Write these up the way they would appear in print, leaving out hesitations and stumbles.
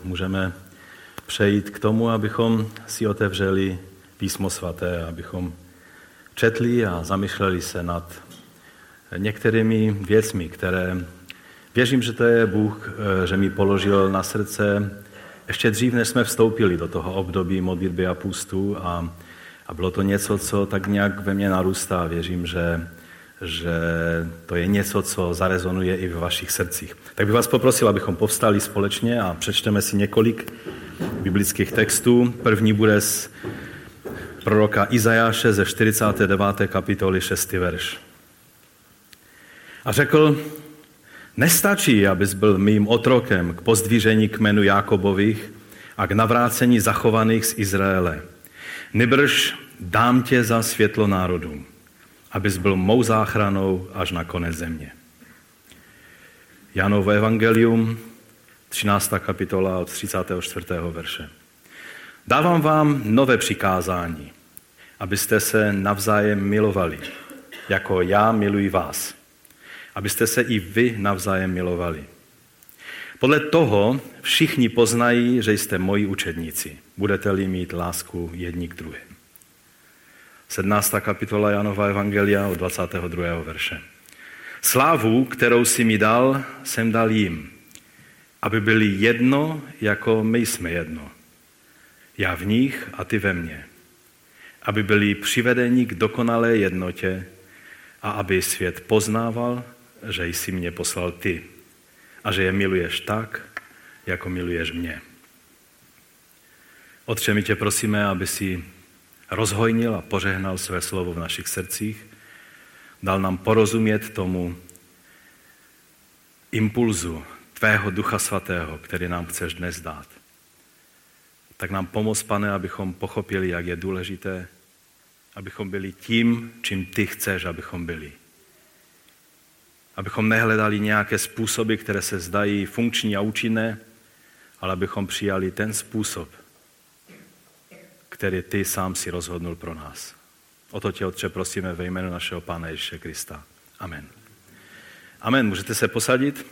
můžeme přejít k tomu, abychom si otevřeli Písmo svaté, abychom četli a zamýšleli se nad některými věcmi, které věřím, že to je Bůh, že mi položil na srdce ještě dřív, než jsme vstoupili do toho období modlitby a půstu a bylo to něco, co tak nějak ve mně narůstá. Věřím, že to je něco, co zarezonuje i ve vašich srdcích. Tak bych vás poprosil, abychom povstali společně a přečteme si několik biblických textů. První bude z proroka Izajáše ze 49. kapitoly 6. verš. A řekl, nestačí, abys byl mým otrokem k pozdvížení kmenu Jákobových a k navrácení zachovaných z Izraele. Nýbrž dám tě za světlo národům, abys byl mou záchranou až na konec země. Jánovo evangelium, 13. kapitola od 34. verše. Dávám vám nové přikázání, abyste se navzájem milovali, jako já miluji vás. Abyste se i vy navzájem milovali. Podle toho všichni poznají, že jste moji učedníci. Budete-li mít lásku jedni k druhým. 17. kapitola Janova evangelia od 22. verše. Slávu, kterou si mi dal, jsem dal jim, aby byli jedno, jako my jsme jedno. Já v nich a ty ve mně. Aby byli přivedeni k dokonalé jednotě a aby svět poznával, že jsi mě poslal ty a že je miluješ tak, jako miluješ mě. Otče, my tě prosíme, aby si rozhojnil a požehnal své slovo v našich srdcích, dal nám porozumět tomu impulzu tvého Ducha Svatého, který nám chceš dnes dát. Tak nám pomoz, Pane, abychom pochopili, jak je důležité, abychom byli tím, čím ty chceš, abychom byli. Abychom nehledali nějaké způsoby, které se zdají funkční a účinné, ale abychom přijali ten způsob, který ty sám si rozhodnul pro nás. O to tě, Otče, prosíme ve jménu našeho Pána Ježíše Krista. Amen. Amen. Můžete se posadit?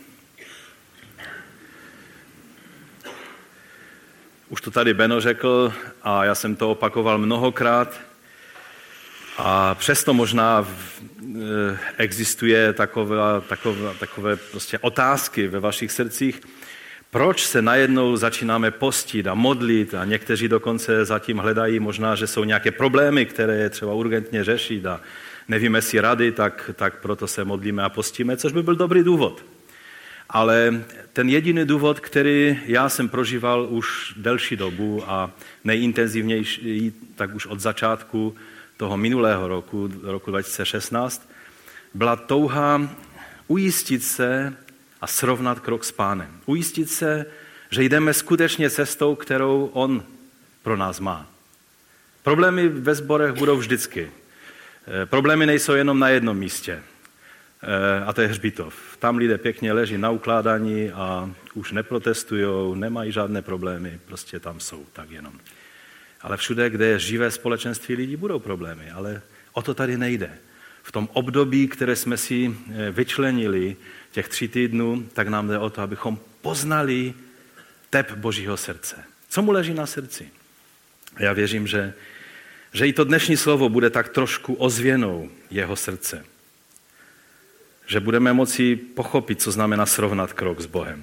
Už to tady Beno řekl a já jsem to opakoval mnohokrát. A přesto možná existuje takové prostě otázky ve vašich srdcích, proč se najednou začínáme postit a modlit a někteří dokonce zatím hledají možná, že jsou nějaké problémy, které je třeba urgentně řešit a nevíme si rady, tak proto se modlíme a postíme, což by byl dobrý důvod. Ale ten jediný důvod, který já jsem prožíval už delší dobu a nejintenzivnější, tak už od začátku toho minulého roku 2016, byla touha ujistit se a srovnat krok s Pánem. Ujistit se, že jdeme skutečně cestou, kterou on pro nás má. Problémy ve sborech budou vždycky. Problémy nejsou jenom na jednom místě. A to je hřbitov. Tam lidé pěkně leží na ukládání a už neprotestujou, nemají žádné problémy, prostě tam jsou tak jenom. Ale všude, kde je živé společenství lidí, budou problémy, ale o to tady nejde. V tom období, které jsme si vyčlenili, těch 3 týdnů, tak nám jde o to, abychom poznali tep Božího srdce. Co mu leží na srdci? Já věřím, že i to dnešní slovo bude tak trošku ozvěnou jeho srdce. Že budeme moci pochopit, co znamená srovnat krok s Bohem.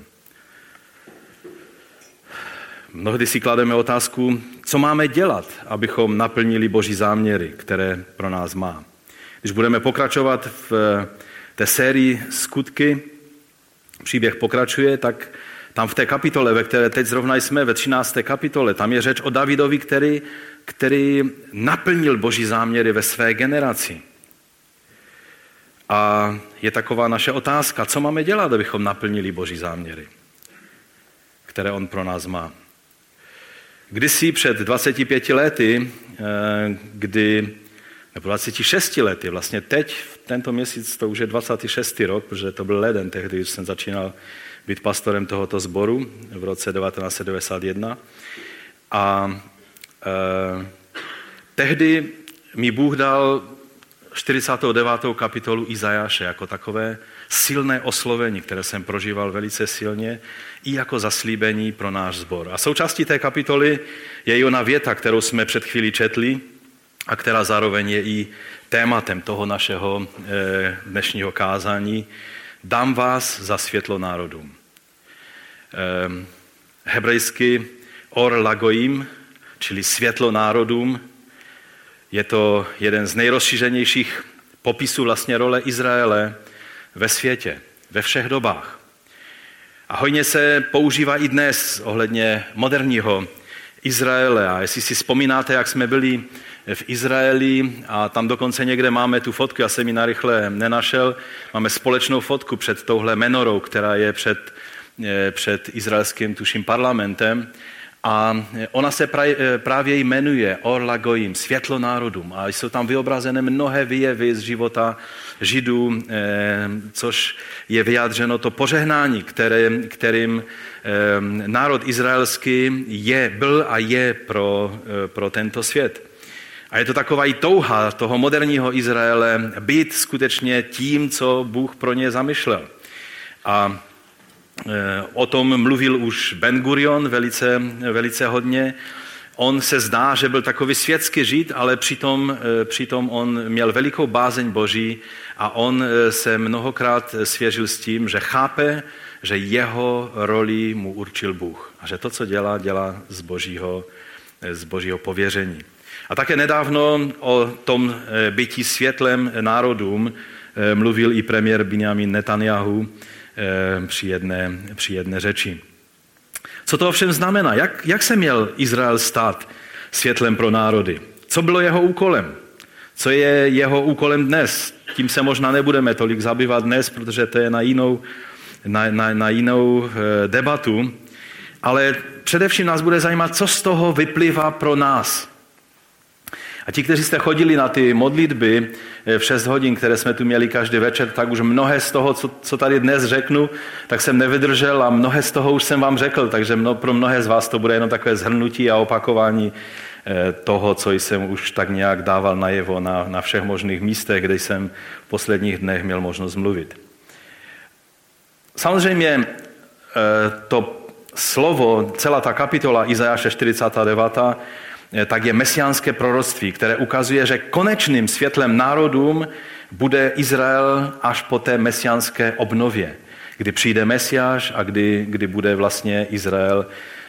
Mnohdy si klademe otázku, co máme dělat, abychom naplnili Boží záměry, které pro nás má. Když budeme pokračovat v té sérii Skutky, příběh pokračuje, tak tam v té kapitole, ve které teď zrovna jsme, ve 13. kapitole, tam je řeč o Davidovi, který naplnil Boží záměry ve své generaci. A je taková naše otázka, co máme dělat, abychom naplnili Boží záměry, které on pro nás má. Kdysi před 25 lety, nebo 26 lety, vlastně teď, v tento měsíc, to už je 26. rok, protože to byl leden tehdy, když jsem začínal být pastorem tohoto sboru v roce 1991. A tehdy mi Bůh dal 49. kapitolu Izajáše jako takové silné oslovení, které jsem prožíval velice silně, i jako zaslíbení pro náš sbor. A součástí té kapitoly je i ona věta, kterou jsme před chvílí četli a která zároveň je i tématem toho našeho dnešního kázání. Dám vás za světlo národům. Hebrejsky or lagoim, čili světlo národům, je to jeden z nejrozšířenějších popisů vlastně role Izraele ve světě, ve všech dobách. A hojně se používá i dnes ohledně moderního Izraele. A jestli si vzpomínáte, jak jsme byli v Izraeli a tam dokonce někde máme tu fotku, já jsem ji narychle nenašel, máme společnou fotku před touhle menorou, která je před izraelským, tuším, parlamentem. A ona se právě jmenuje Or Lagoim, světlo národům. A jsou tam vyobrazené mnohé výjevy z života Židů, což je vyjádřeno to požehnání, kterým národ izraelský byl a je pro tento svět. A je to taková i touha toho moderního Izraele být skutečně tím, co Bůh pro ně zamýšlel. A o tom mluvil už Ben Gurion velice hodně. On se zdá, že byl takový světský Žid, ale přitom on měl velikou bázeň Boží a on se mnohokrát svěřil s tím, že chápe, že jeho roli mu určil Bůh a že to, co dělá z božího pověření. A také nedávno o tom bytí světlem národům mluvil i premiér Benjamin Netanyahu při jedné řeči. Co to ovšem znamená? Jak se měl Izrael stát světlem pro národy? Co bylo jeho úkolem? Co je jeho úkolem dnes? Tím se možná nebudeme tolik zabývat dnes, protože to je na jinou debatu. Ale především nás bude zajímat, co z toho vyplývá pro nás. A ti, kteří jste chodili na ty modlitby v 6 hodin, které jsme tu měli každý večer, tak už mnohé z toho, co tady dnes řeknu, tak jsem nevydržel a mnohé z toho už jsem vám řekl, takže pro mnohé z vás to bude jenom takové shrnutí a opakování toho, co jsem už tak nějak dával najevo na všech možných místech, kde jsem v posledních dnech měl možnost mluvit. Samozřejmě to slovo, celá ta kapitola Izajáše 49, tak je mesiánské proroctví, které ukazuje, že konečným světlem národům bude Izrael až po té mesiánské obnově, kdy přijde Mesiáš a kdy bude vlastně Izrael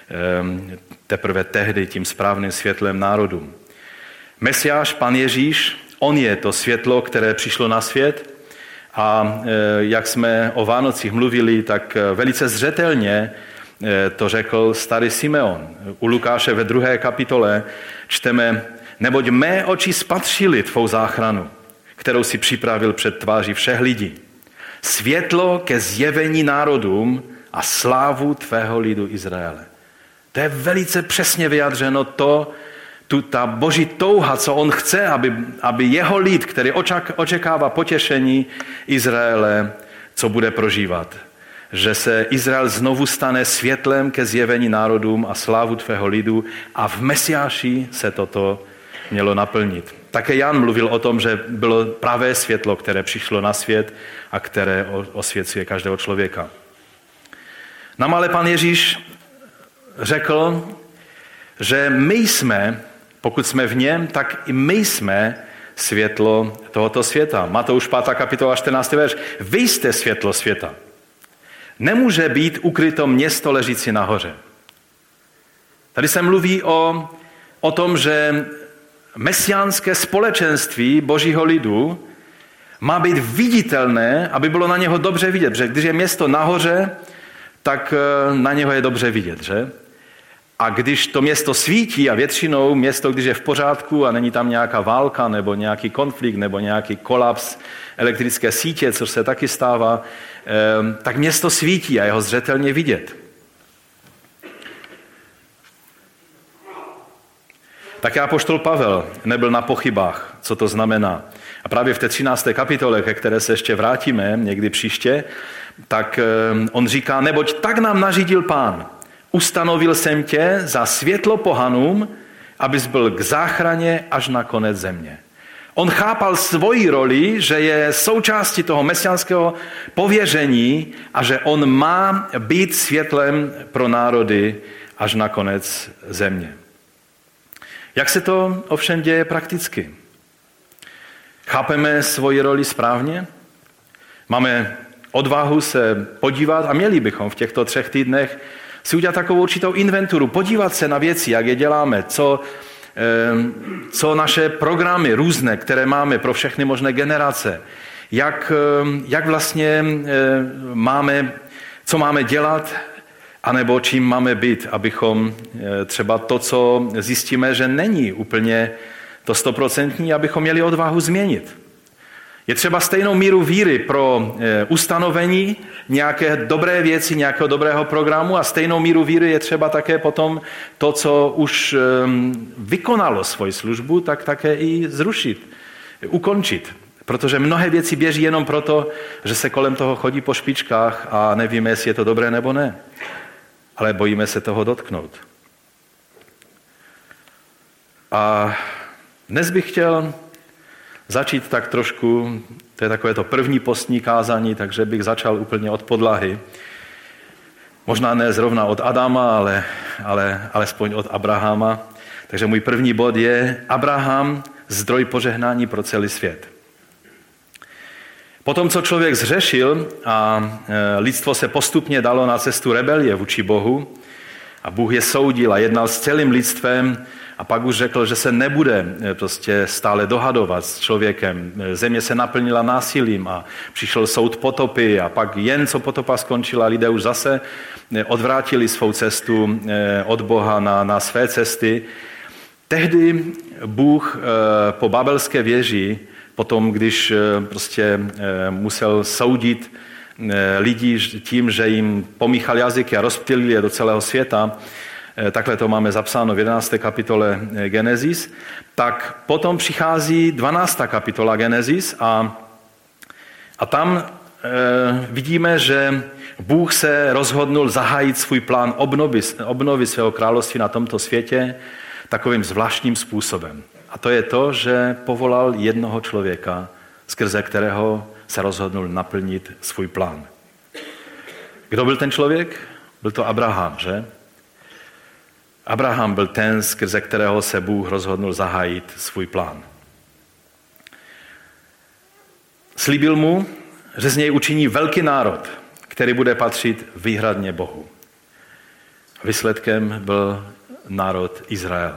teprve tehdy tím správným světlem národům. Mesiáš, Pan Ježíš, on je to světlo, které přišlo na svět a jak jsme o Vánocích mluvili, tak velice zřetelně to řekl starý Simeon. U Lukáše ve 2. kapitole čteme: neboť mé oči spatřily tvou záchranu, kterou si připravil před tváří všech lidí. Světlo ke zjevení národům a slávu tvého lidu Izraele. To je velice přesně vyjádřeno ta boží touha, co on chce, aby jeho lid, který očekává potěšení Izraele, co bude prožívat. Že se Izrael znovu stane světlem ke zjevení národům a slávu tvého lidu a v Mesiáši se toto mělo naplnit. Také Jan mluvil o tom, že bylo pravé světlo, které přišlo na svět a které osvěcuje každého člověka. Nám ale Pan Ježíš řekl, že my jsme, pokud jsme v něm, tak i my jsme světlo tohoto světa. Matouš 5. kapitola 14. verš. Vy jste světlo světa. Nemůže být ukryto město ležící nahoře. Tady se mluví o tom, že mesiánské společenství božího lidu má být viditelné, aby bylo na něho dobře vidět. Protože když je město nahoře, tak na něho je dobře vidět. Že? A když to město svítí a většinou město, když je v pořádku a není tam nějaká válka nebo nějaký konflikt nebo nějaký kolaps elektrické sítě, což se taky stává, tak město svítí a je ho zřetelně vidět. Také apoštol Pavel nebyl na pochybách, co to znamená. A právě v té 13. kapitole, ke které se ještě vrátíme někdy příště, tak on říká, neboť tak nám nařídil Pán, ustanovil jsem tě za světlo pohanům, abys byl k záchraně až na konec země. On chápal svoji roli, že je součástí toho mesiánského pověření a že on má být světlem pro národy až na konec země. Jak se to ovšem děje prakticky? Chápeme svoji roli správně? Máme odvahu se podívat a měli bychom v těchto 3 týdnech si udělat takovou určitou inventuru, podívat se na věci, jak je děláme, co naše programy různé, které máme pro všechny možné generace, jak vlastně co máme dělat, anebo čím máme být, abychom třeba to, co zjistíme, že není úplně to 100%, abychom měli odvahu změnit. Je třeba stejnou míru víry pro ustanovení nějaké dobré věci, nějakého dobrého programu a stejnou míru víry je třeba také potom to, co už vykonalo svoji službu, tak také i zrušit, ukončit. Protože mnohé věci běží jenom proto, že se kolem toho chodí po špičkách a nevíme, jestli je to dobré nebo ne. Ale bojíme se toho dotknout. A dnes bych chtěl začít tak trošku, to je takové to první postní kázání, takže bych začal úplně od podlahy. Možná ne zrovna od Adama, ale alespoň od Abrahama. Takže můj první bod je Abraham, zdroj požehnání pro celý svět. Potom, co člověk zřešil a lidstvo se postupně dalo na cestu rebelie vůči Bohu a Bůh je soudil a jednal s celým lidstvem, a pak už řekl, že se nebude prostě stále dohadovat s člověkem. Země se naplnila násilím a přišel soud potopy a pak jen co potopa skončila, lidé už zase odvrátili svou cestu od Boha na své cesty. Tehdy Bůh po babelské věži, potom když prostě musel soudit lidi tím, že jim pomíchal jazyky a rozptýlil je do celého světa, takhle to máme zapsáno v 11. kapitole Genesis, tak potom přichází 12. kapitola Genesis a tam vidíme, že Bůh se rozhodnul zahájit svůj plán obnovy svého království na tomto světě takovým zvláštním způsobem. A to je to, že povolal jednoho člověka, skrze kterého se rozhodnul naplnit svůj plán. Kdo byl ten člověk? Byl to Abraham, že? Abraham byl ten, skrze kterého se Bůh rozhodnul zahájit svůj plán. Slíbil mu, že z něj učiní velký národ, který bude patřit výhradně Bohu. Výsledkem byl národ Izrael.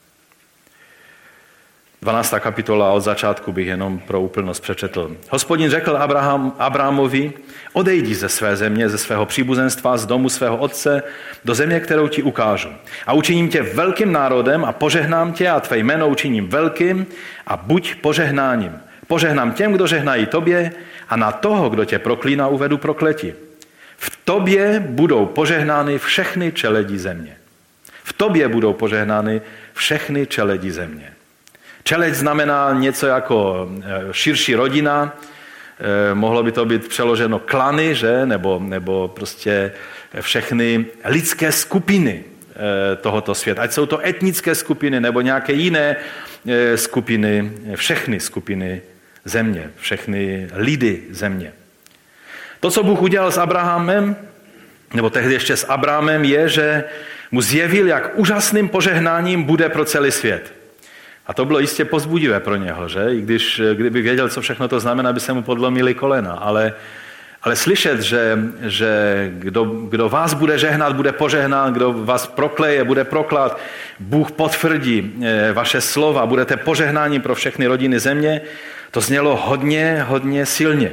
12. kapitola od začátku bych jenom pro úplnost přečetl. Hospodin řekl Abrahamovi, odejdi ze své země, ze svého příbuzenstva, z domu svého otce, do země, kterou ti ukážu. A učiním tě velkým národem a požehnám tě a tvé jméno učiním velkým a buď požehnáním. Požehnám těm, kdo žehnají tobě a na toho, kdo tě proklíná, uvedu prokleti. V tobě budou požehnány všechny čeledi země. V tobě budou požehnány všechny čeledi země. Čeleď znamená něco jako širší rodina, mohlo by to být přeloženo klany, že? Nebo prostě všechny lidské skupiny tohoto světa. Ať jsou to etnické skupiny nebo nějaké jiné skupiny, všechny skupiny země, všechny lidy země. To, co Bůh udělal s Abrahamem, nebo tehdy ještě s Abrahamem, je, že mu zjevil, jak úžasným požehnáním bude pro celý svět. A to bylo jistě povzbudivé pro něho, že? I kdyby věděl, co všechno to znamená, by se mu podlomily kolena. Ale slyšet, že kdo vás bude žehnat, bude požehnán, kdo vás prokleje, bude proklát, Bůh potvrdí vaše slova, budete požehnáním pro všechny rodiny země, to znělo hodně, hodně silně.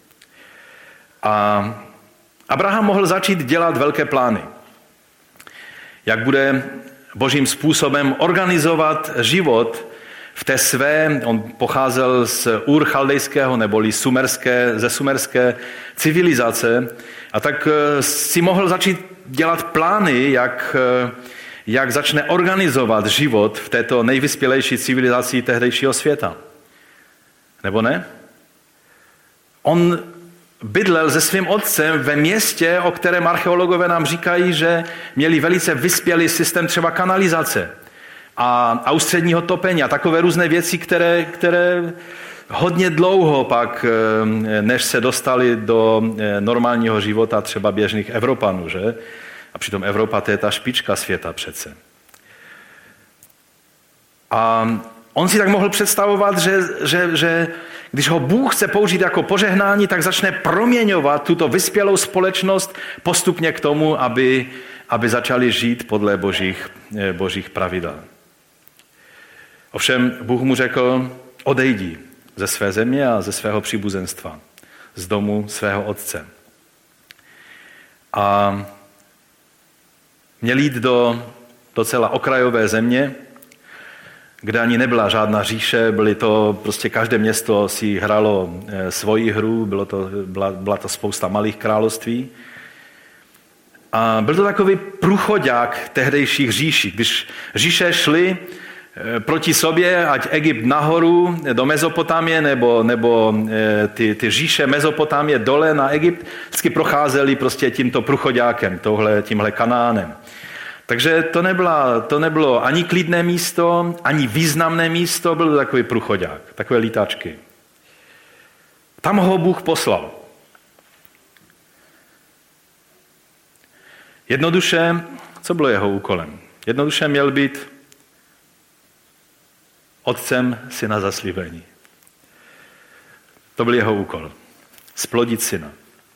A Abraham mohl začít dělat velké plány. Jak bude božím způsobem organizovat život v té své, on pocházel z Ur chaldejského neboli ze sumerské civilizace a tak si mohl začít dělat plány, jak začne organizovat život v této nejvyspělejší civilizaci tehdejšího světa. Nebo ne? On bydlel se svým otcem ve městě, o kterém archeologové nám říkají, že měli velice vyspělý systém třeba kanalizace. a ústředního topení a takové různé věci, které hodně dlouho pak, než se dostali do normálního života třeba běžných Evropanů, že? A přitom Evropa to je ta špička světa přece. A on si tak mohl představovat, že když ho Bůh chce použít jako požehnání, tak začne proměňovat tuto vyspělou společnost postupně k tomu, aby začali žít podle božích pravidel. Ovšem Bůh mu řekl, odejdi ze své země a ze svého příbuzenstva, z domu svého otce. A měl jít do docela okrajové země, kde ani nebyla žádná říše, byly to prostě každé město si hrálo svoji hru, byla to spousta malých království. A byl to takový průchodák tehdejších říší. Když říše šly proti sobě, ať Egypt nahoru do Mezopotámie, nebo ty říše Mezopotámie dole na Egypt, vždycky procházeli prostě tímto průchodákem, tímhle Kanánem. Takže to nebylo ani klidné místo, ani významné místo, byl to takový průchodák, takové lítačky. Tam ho Bůh poslal. Jednoduše, co bylo jeho úkolem? Jednoduše měl být otcem syna zaslíbení. To byl jeho úkol. Splodit syna.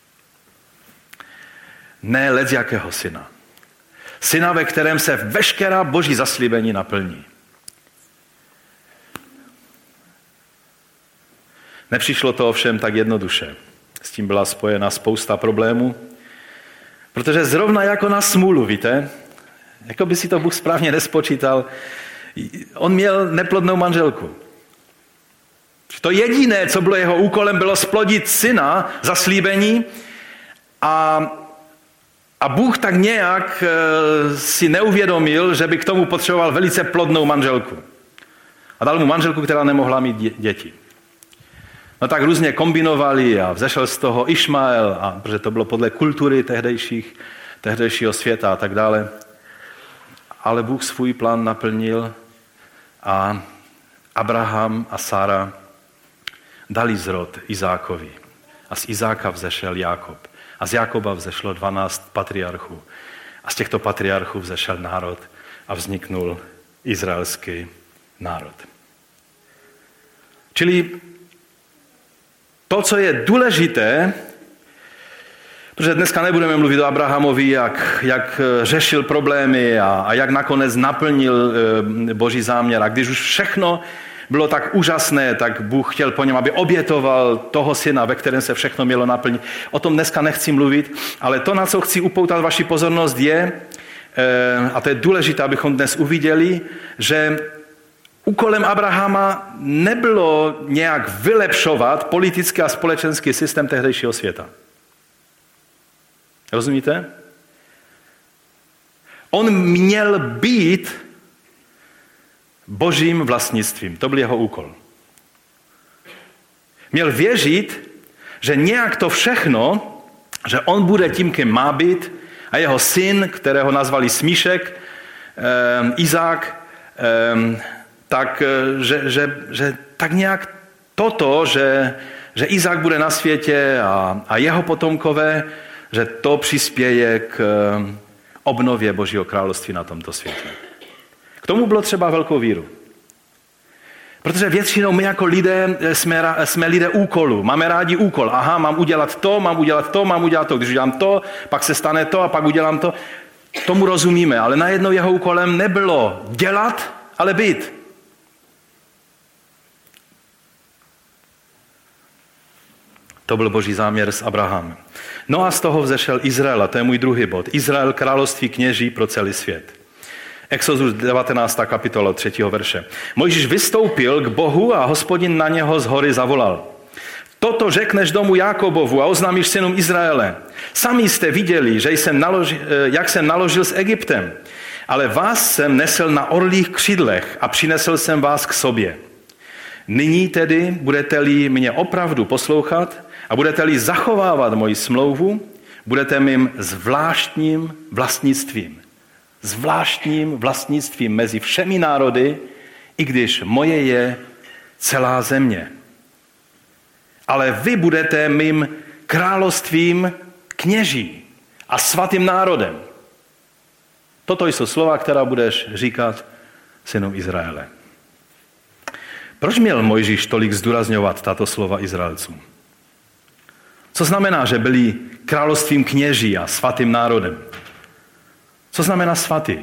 Ne lec jakého syna. Syna, ve kterém se veškerá boží zaslíbení naplní. Nepřišlo to ovšem tak jednoduše. S tím byla spojena spousta problémů, protože zrovna jako na smůlu, víte, jako by si to Bůh správně nespočítal, on měl neplodnou manželku. To jediné, co bylo jeho úkolem, bylo splodit syna zaslíbení a Bůh tak nějak si neuvědomil, že by k tomu potřeboval velice plodnou manželku. A dal mu manželku, která nemohla mít děti. No tak různě kombinovali a vzešel z toho Išmael, protože to bylo podle kultury tehdejšího světa a tak dále. Ale Bůh svůj plán naplnil a Abraham a Sára dali zrod Izákovi. A z Izáka vzešel Jákob. A z Jákoba vzešlo 12 patriarchů. A z těchto patriarchů vzešel národ a vzniknul izraelský národ. Čili to, co je důležité, protože dneska nebudeme mluvit o Abrahamovi, jak řešil problémy a jak nakonec naplnil boží záměr. A když už všechno bylo tak úžasné, tak Bůh chtěl po něm, aby obětoval toho syna, ve kterém se všechno mělo naplnit. O tom dneska nechci mluvit, ale to, na co chci upoutat vaši pozornost, je, a to je důležité, abychom dnes uviděli, že úkolem Abrahama nebylo nějak vylepšovat politický a společenský systém tehdejšího světa. Rozumíte? On měl být božím vlastnictvím. To byl jeho úkol. Měl věřit, že nějak to všechno, že on bude tím, kým má být, a jeho syn, kterého nazvali Smíšek, Izák, že tak nějak toto, že Izák bude na světě a jeho potomkové, že to přispěje k obnově Božího království na tomto světě. K tomu bylo třeba velkou víru. Protože většinou my jako lidé jsme lidé úkolu. Máme rádi úkol. Aha, mám udělat to, mám udělat to, mám udělat to. Když udělám to, pak se stane to a pak udělám to. Tomu rozumíme, ale najednou jeho úkolem nebylo dělat, ale být. To byl boží záměr s Abrahamem. No a z toho vzešel Izrael, a to je můj druhý bod. Izrael, království kněží pro celý svět. Exodus 19. kapitola 3. verše. Mojžíš vystoupil k Bohu a Hospodin na něho z hory zavolal. Toto řekneš domu Jákobovu a oznámíš synům Izraele. Sami jste viděli, jak jsem naložil s Egyptem, ale vás jsem nesl na orlích křídlech a přinesl jsem vás k sobě. Nyní tedy budete-li mě opravdu poslouchat a budete-li zachovávat moji smlouvu, budete mým zvláštním vlastnictvím. zvláštním vlastnictvím mezi všemi národy, i když moje je celá země. Ale vy budete mým královstvím kněží a svatým národem. Toto jsou slova, která budeš říkat synům Izraele. Proč měl Mojžíš tolik zdůrazňovat tato slova Izraelcům? Co znamená, že byli královstvím kněží a svatým národem? Co znamená svatý?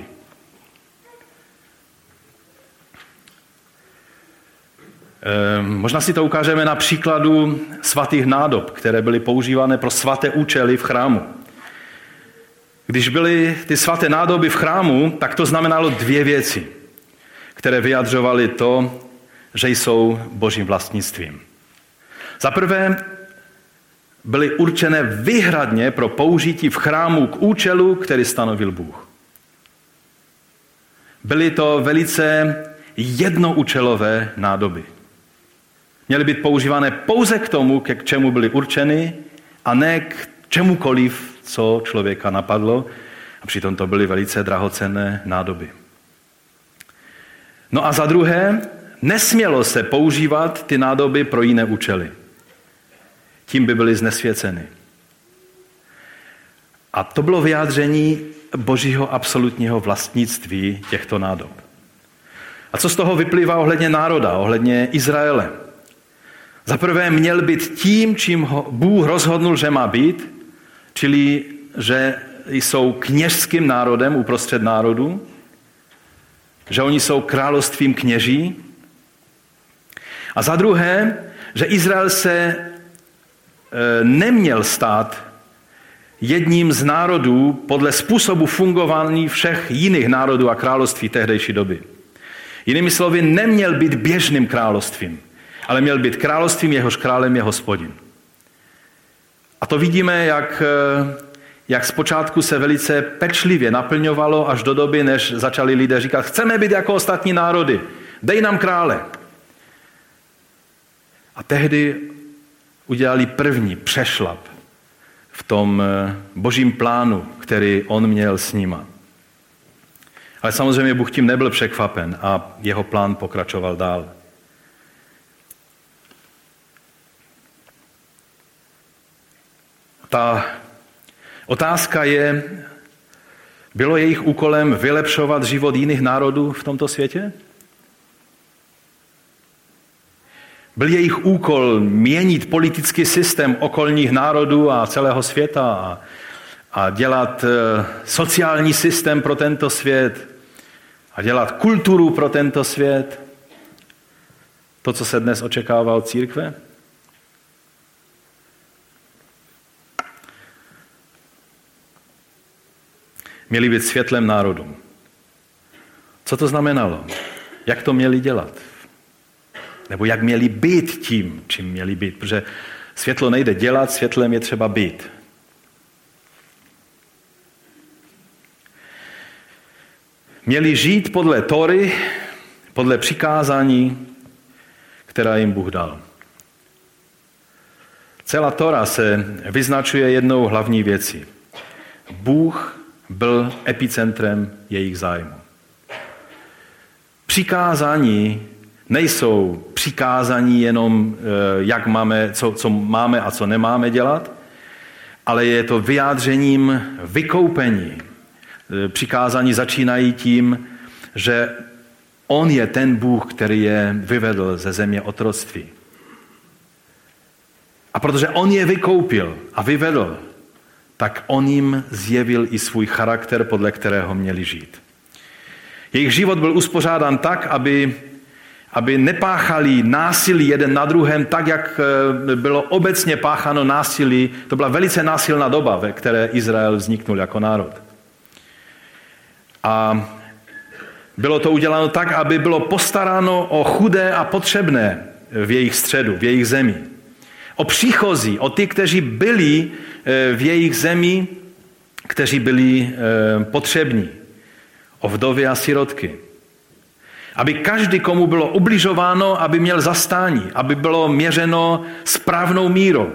Možná si to ukážeme na příkladu svatých nádob, které byly používané pro svaté účely v chrámu. Když byly ty svaté nádoby v chrámu, tak to znamenalo dvě věci, které vyjadřovaly to, že jsou božím vlastnictvím. Za prvé, byly určené výhradně pro použití v chrámu k účelu, který stanovil Bůh. Byly to velice jednoúčelové nádoby. Měly být používané pouze k tomu, k čemu byly určeny, a ne k čemukoliv, co člověka napadlo. A přitom to byly velice drahocenné nádoby. No a za druhé, nesmělo se používat ty nádoby pro jiné účely. Tím by byly znesvěceny. A to bylo vyjádření božího absolutního vlastnictví těchto nádob. A co z toho vyplývá ohledně národa, ohledně Izraele? Za prvé měl být tím, čím ho Bůh rozhodnul, že má být, čili že jsou kněžským národem uprostřed národů, že oni jsou královstvím kněží. A za druhé, že Izrael se neměl stát jedním z národů podle způsobu fungování všech jiných národů a království tehdejší doby. Jinými slovy, neměl být běžným královstvím, ale měl být královstvím, jehož králem je Hospodin. A to vidíme, jak zpočátku se velice pečlivě naplňovalo až do doby, než začali lidé říkat, chceme být jako ostatní národy, dej nám krále. A tehdy udělali první přešlap v tom božím plánu, který on měl s nima. Ale samozřejmě Bůh tím nebyl překvapen a jeho plán pokračoval dál. Ta otázka je, bylo jejich úkolem vylepšovat život jiných národů v tomto světě? Byl jejich úkol měnit politický systém okolních národů a celého světa a dělat sociální systém pro tento svět a dělat kulturu pro tento svět? To, co se dnes očekává od církve? Měli být světlem národům. Co to znamenalo? Jak to měli dělat? Nebo jak měli být tím, čím měli být? Protože světlo nejde dělat, světlem je třeba být. Měli žít podle Tóry, podle přikázání, která jim Bůh dal. Celá Tóra se vyznačuje jednou hlavní věcí. Bůh byl epicentrem jejich zájmu. Přikázání nejsou přikázání jenom, jak máme, co máme a co nemáme dělat, ale je to vyjádřením vykoupení. Přikázání začínají tím, že on je ten Bůh, který je vyvedl ze země otroctví. A protože on je vykoupil a vyvedl, tak on jim zjevil i svůj charakter, podle kterého měli žít. Jejich život byl uspořádán tak, aby nepáchali násilí jeden na druhém, tak, jak bylo obecně pácháno násilí. To byla velice násilná doba, ve které Izrael vzniknul jako národ. A bylo to uděláno tak, aby bylo postaráno o chudé a potřebné v jejich středu, v jejich zemi. O příchozí, o ty, kteří byli v jejich zemi, kteří byli potřební. O vdovy a sirotky. Aby každý, komu bylo ubližováno, aby měl zastání, aby bylo měřeno správnou mírou,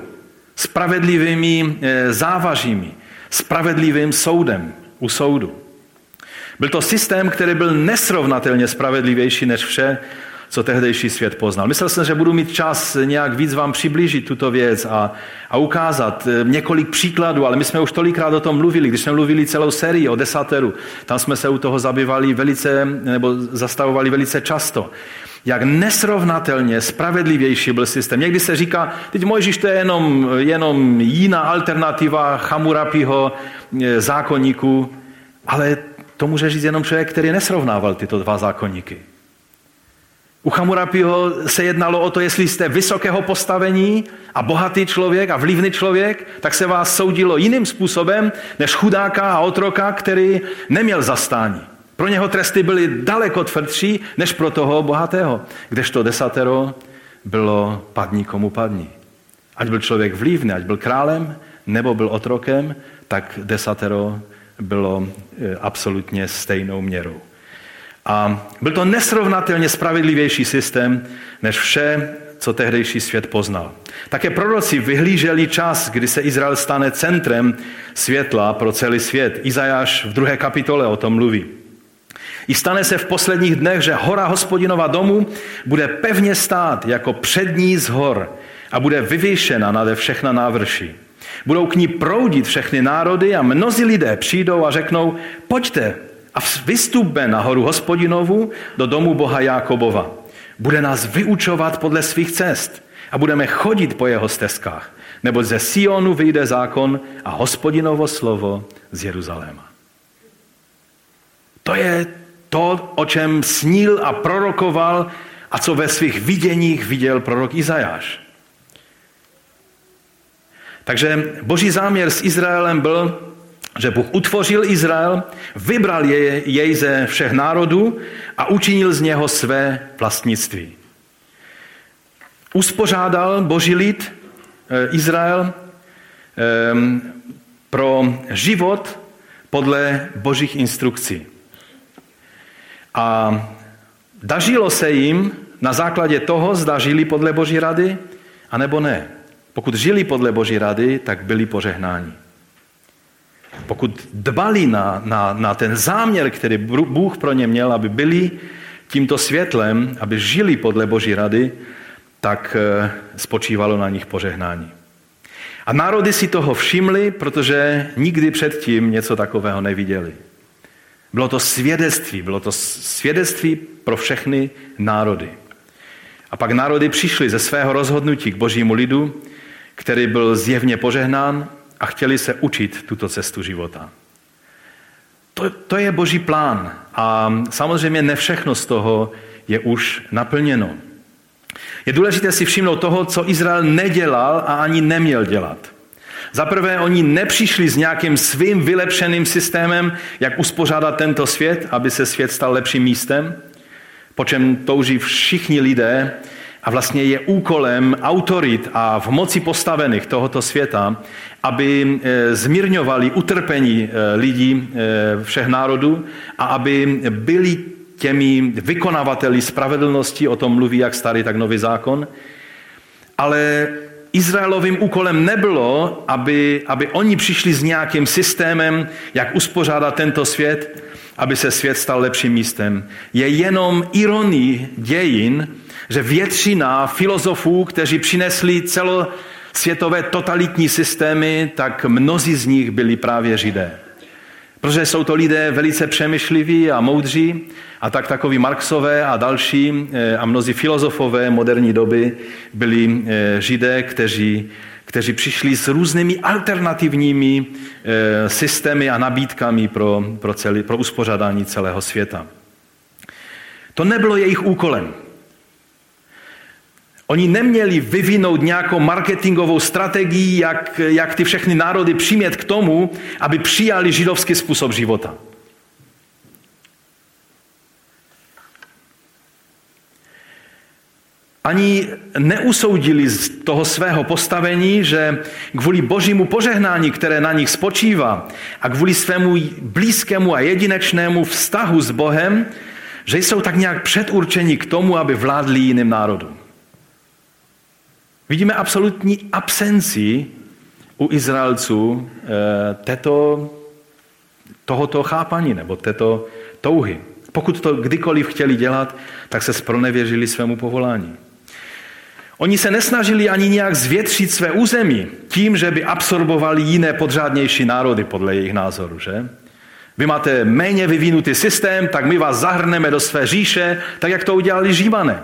spravedlivými závažími, spravedlivým soudem u soudu. Byl to systém, který byl nesrovnatelně spravedlivější než vše, co tehdejší svět poznal. Myslel jsem, že budu mít čas nějak víc vám přiblížit tuto věc a ukázat několik příkladů, ale my jsme už tolikrát o tom mluvili, když jsme mluvili celou sérii o desateru, tam jsme se u toho zabývali zastavovali velice často. Jak nesrovnatelně spravedlivější byl systém. Někdy se říká, teď Mojžíš to je jenom jiná alternativa Chamurapiho zákoníku, ale to může říct jenom člověk, který nesrovnával tyto dva zákoníky. U Chamurapiho se jednalo o to, jestli jste vysokého postavení a bohatý člověk a vlivný člověk, tak se vás soudilo jiným způsobem než chudáka a otroka, který neměl zastání. Pro něho tresty byly daleko tvrdší než pro toho bohatého, kdežto desatero bylo padni komu padni. Ať byl člověk vlivný, ať byl králem nebo byl otrokem, tak desatero bylo absolutně stejnou měrou. A byl to nesrovnatelně spravedlivější systém než vše, co tehdejší svět poznal. Také proroci vyhlíželi čas, kdy se Izrael stane centrem světla pro celý svět. Izajáš v 2. kapitole o tom mluví. I stane se v posledních dnech, že hora Hospodinova domu bude pevně stát jako přední z hor a bude vyvýšena nade všechna návrší. Budou k ní proudit všechny národy a mnozí lidé přijdou a řeknou, pojďte a vystupme na horu Hospodinovu do domu Boha Jákobova. Bude nás vyučovat podle svých cest a budeme chodit po jeho stezkách, neboť ze Sionu vyjde zákon a Hospodinovo slovo z Jeruzaléma. To je to, o čem snil a prorokoval a co ve svých viděních viděl prorok Izajáš. Takže boží záměr s Izraelem byl, že Bůh utvořil Izrael, vybral jej ze všech národů a učinil z něho své vlastnictví. Uspořádal boží lid Izrael pro život podle božích instrukcí. A dařilo se jim na základě toho, zda žili podle boží rady, anebo ne. Pokud žili podle boží rady, tak byli požehnáni. Pokud dbali na ten záměr, který Bůh pro ně měl, aby byli tímto světlem, aby žili podle boží rady, tak spočívalo na nich požehnání. A národy si toho všimli, protože nikdy předtím něco takového neviděli. Bylo to svědectví pro všechny národy. A pak národy přišly ze svého rozhodnutí k božímu lidu, který byl zjevně požehnán a chtěli se učit tuto cestu života. To je boží plán a samozřejmě ne všechno z toho je už naplněno. Je důležité si všimnout toho, co Izrael nedělal a ani neměl dělat. Za prvé, oni nepřišli s nějakým svým vylepšeným systémem, jak uspořádat tento svět, aby se svět stal lepším místem, po čem touží všichni lidé a vlastně je úkolem autorit a v moci postavených tohoto světa, aby zmírňovali utrpení lidí všech národů a aby byli těmi vykonavateli spravedlnosti, o tom mluví jak starý, tak nový zákon. Ale Izraelovým úkolem nebylo, aby oni přišli s nějakým systémem, jak uspořádat tento svět, aby se svět stal lepším místem. Je jenom ironií dějin, že většina filozofů, kteří přinesli celosvětové totalitní systémy, tak mnozí z nich byli právě Židé. Protože jsou to lidé velice přemýšliví a moudří a tak takoví Marxové a další a mnozí filozofové moderní doby byli Židé, kteří přišli s různými alternativními systémy a nabídkami pro uspořádání celého světa. To nebylo jejich úkolem. Oni neměli vyvinout nějakou marketingovou strategii, jak ty všechny národy přimět k tomu, aby přijali židovský způsob života. Ani neusoudili z toho svého postavení, že kvůli božímu požehnání, které na nich spočívá, a kvůli svému blízkému a jedinečnému vztahu s Bohem, že jsou tak nějak předurčeni k tomu, aby vládli jiným národům. Vidíme absolutní absenci u Izraelců tohoto chápání nebo touhy. Pokud to kdykoliv chtěli dělat, tak se zpronevěřili svému povolání. Oni se nesnažili ani nějak zvětšit své území tím, že by absorbovali jiné podřádnější národy, podle jejich názoru, že? Vy máte méně vyvinutý systém, tak my vás zahrneme do své říše, tak jak to udělali Římané.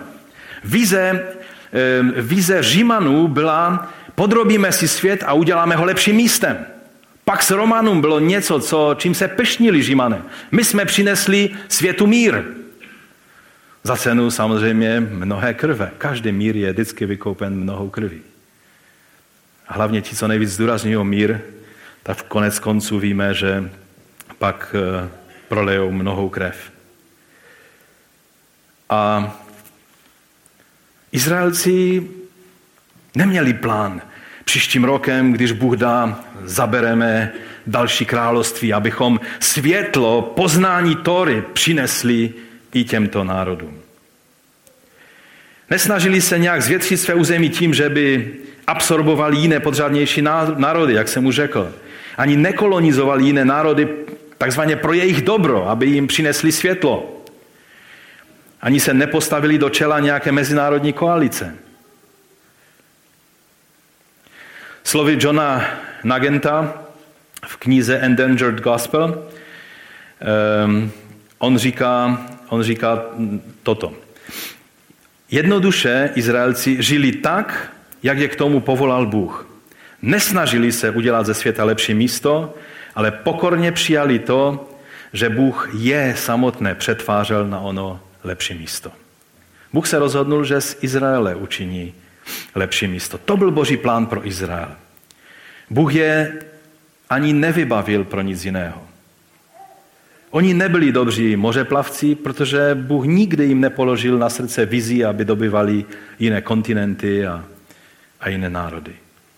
Vize Římanů byla, podrobíme si svět a uděláme ho lepším místem. Pax Romanum bylo něco, čím se pyšnili Římané. My jsme přinesli světu mír. Za cenu samozřejmě mnohé krve. Každý mír je vždycky vykoupen mnohou krví. A hlavně ti, co nejvíc zdůrazňují mír, tak v konec konců víme, že pak prolejou mnohou krev. A Izraelci neměli plán. Příštím rokem, když Bůh dá, zabereme další království, abychom světlo, poznání Tóry přinesli i těmto národům. Nesnažili se nějak zvětšit své území tím, že by absorbovali jiné podřádnější národy, jak jsem už řekl. Ani nekolonizovali jiné národy takzvaně pro jejich dobro, aby jim přinesli světlo. Ani se nepostavili do čela nějaké mezinárodní koalice. Slovy Johna Nagenta v knize Endangered Gospel on říká toto. Jednoduše Izraelci žili tak, jak je k tomu povolal Bůh. Nesnažili se udělat ze světa lepší místo, ale pokorně přijali to, že Bůh je samotné přetvářel na ono lepší místo. Bůh se rozhodnul, že z Izraele učiní lepší místo. To byl Boží plán pro Izrael. Bůh je ani nevybavil pro nic jiného. Oni nebyli dobří mořeplavci, protože Bůh nikdy jim nepoložil na srdce vizi, aby dobyvali jiné kontinenty a jiné národy.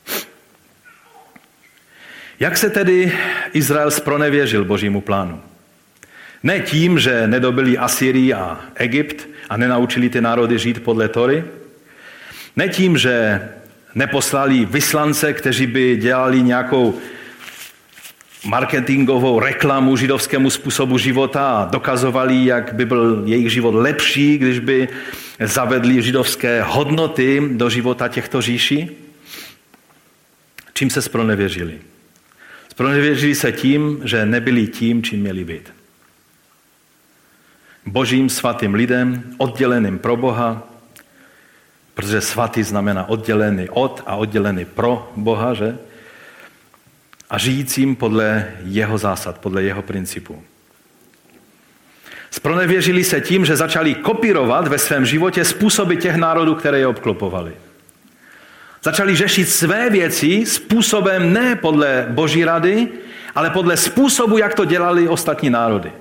Jak se tedy Izrael zpronevěřil Božímu plánu? Ne tím, že nedobyli Asyrii a Egypt a nenaučili ty národy žít podle Tory. Ne tím, že neposlali vyslance, kteří by dělali nějakou marketingovou reklamu židovskému způsobu života a dokazovali, jak by byl jejich život lepší, když by zavedli židovské hodnoty do života těchto říší. Čím se zpronevěřili? Zpronevěřili se tím, že nebyli tím, čím měli být. Božím svatým lidem, odděleným pro Boha, protože svatý znamená oddělený od a oddělený pro Boha, že? A žijícím podle jeho zásad, podle jeho principů. Zpronevěřili se tím, že začali kopírovat ve svém životě způsoby těch národů, které je obklopovali. Začali řešit své věci způsobem ne podle Boží rady, ale podle způsobu, jak to dělali ostatní národy.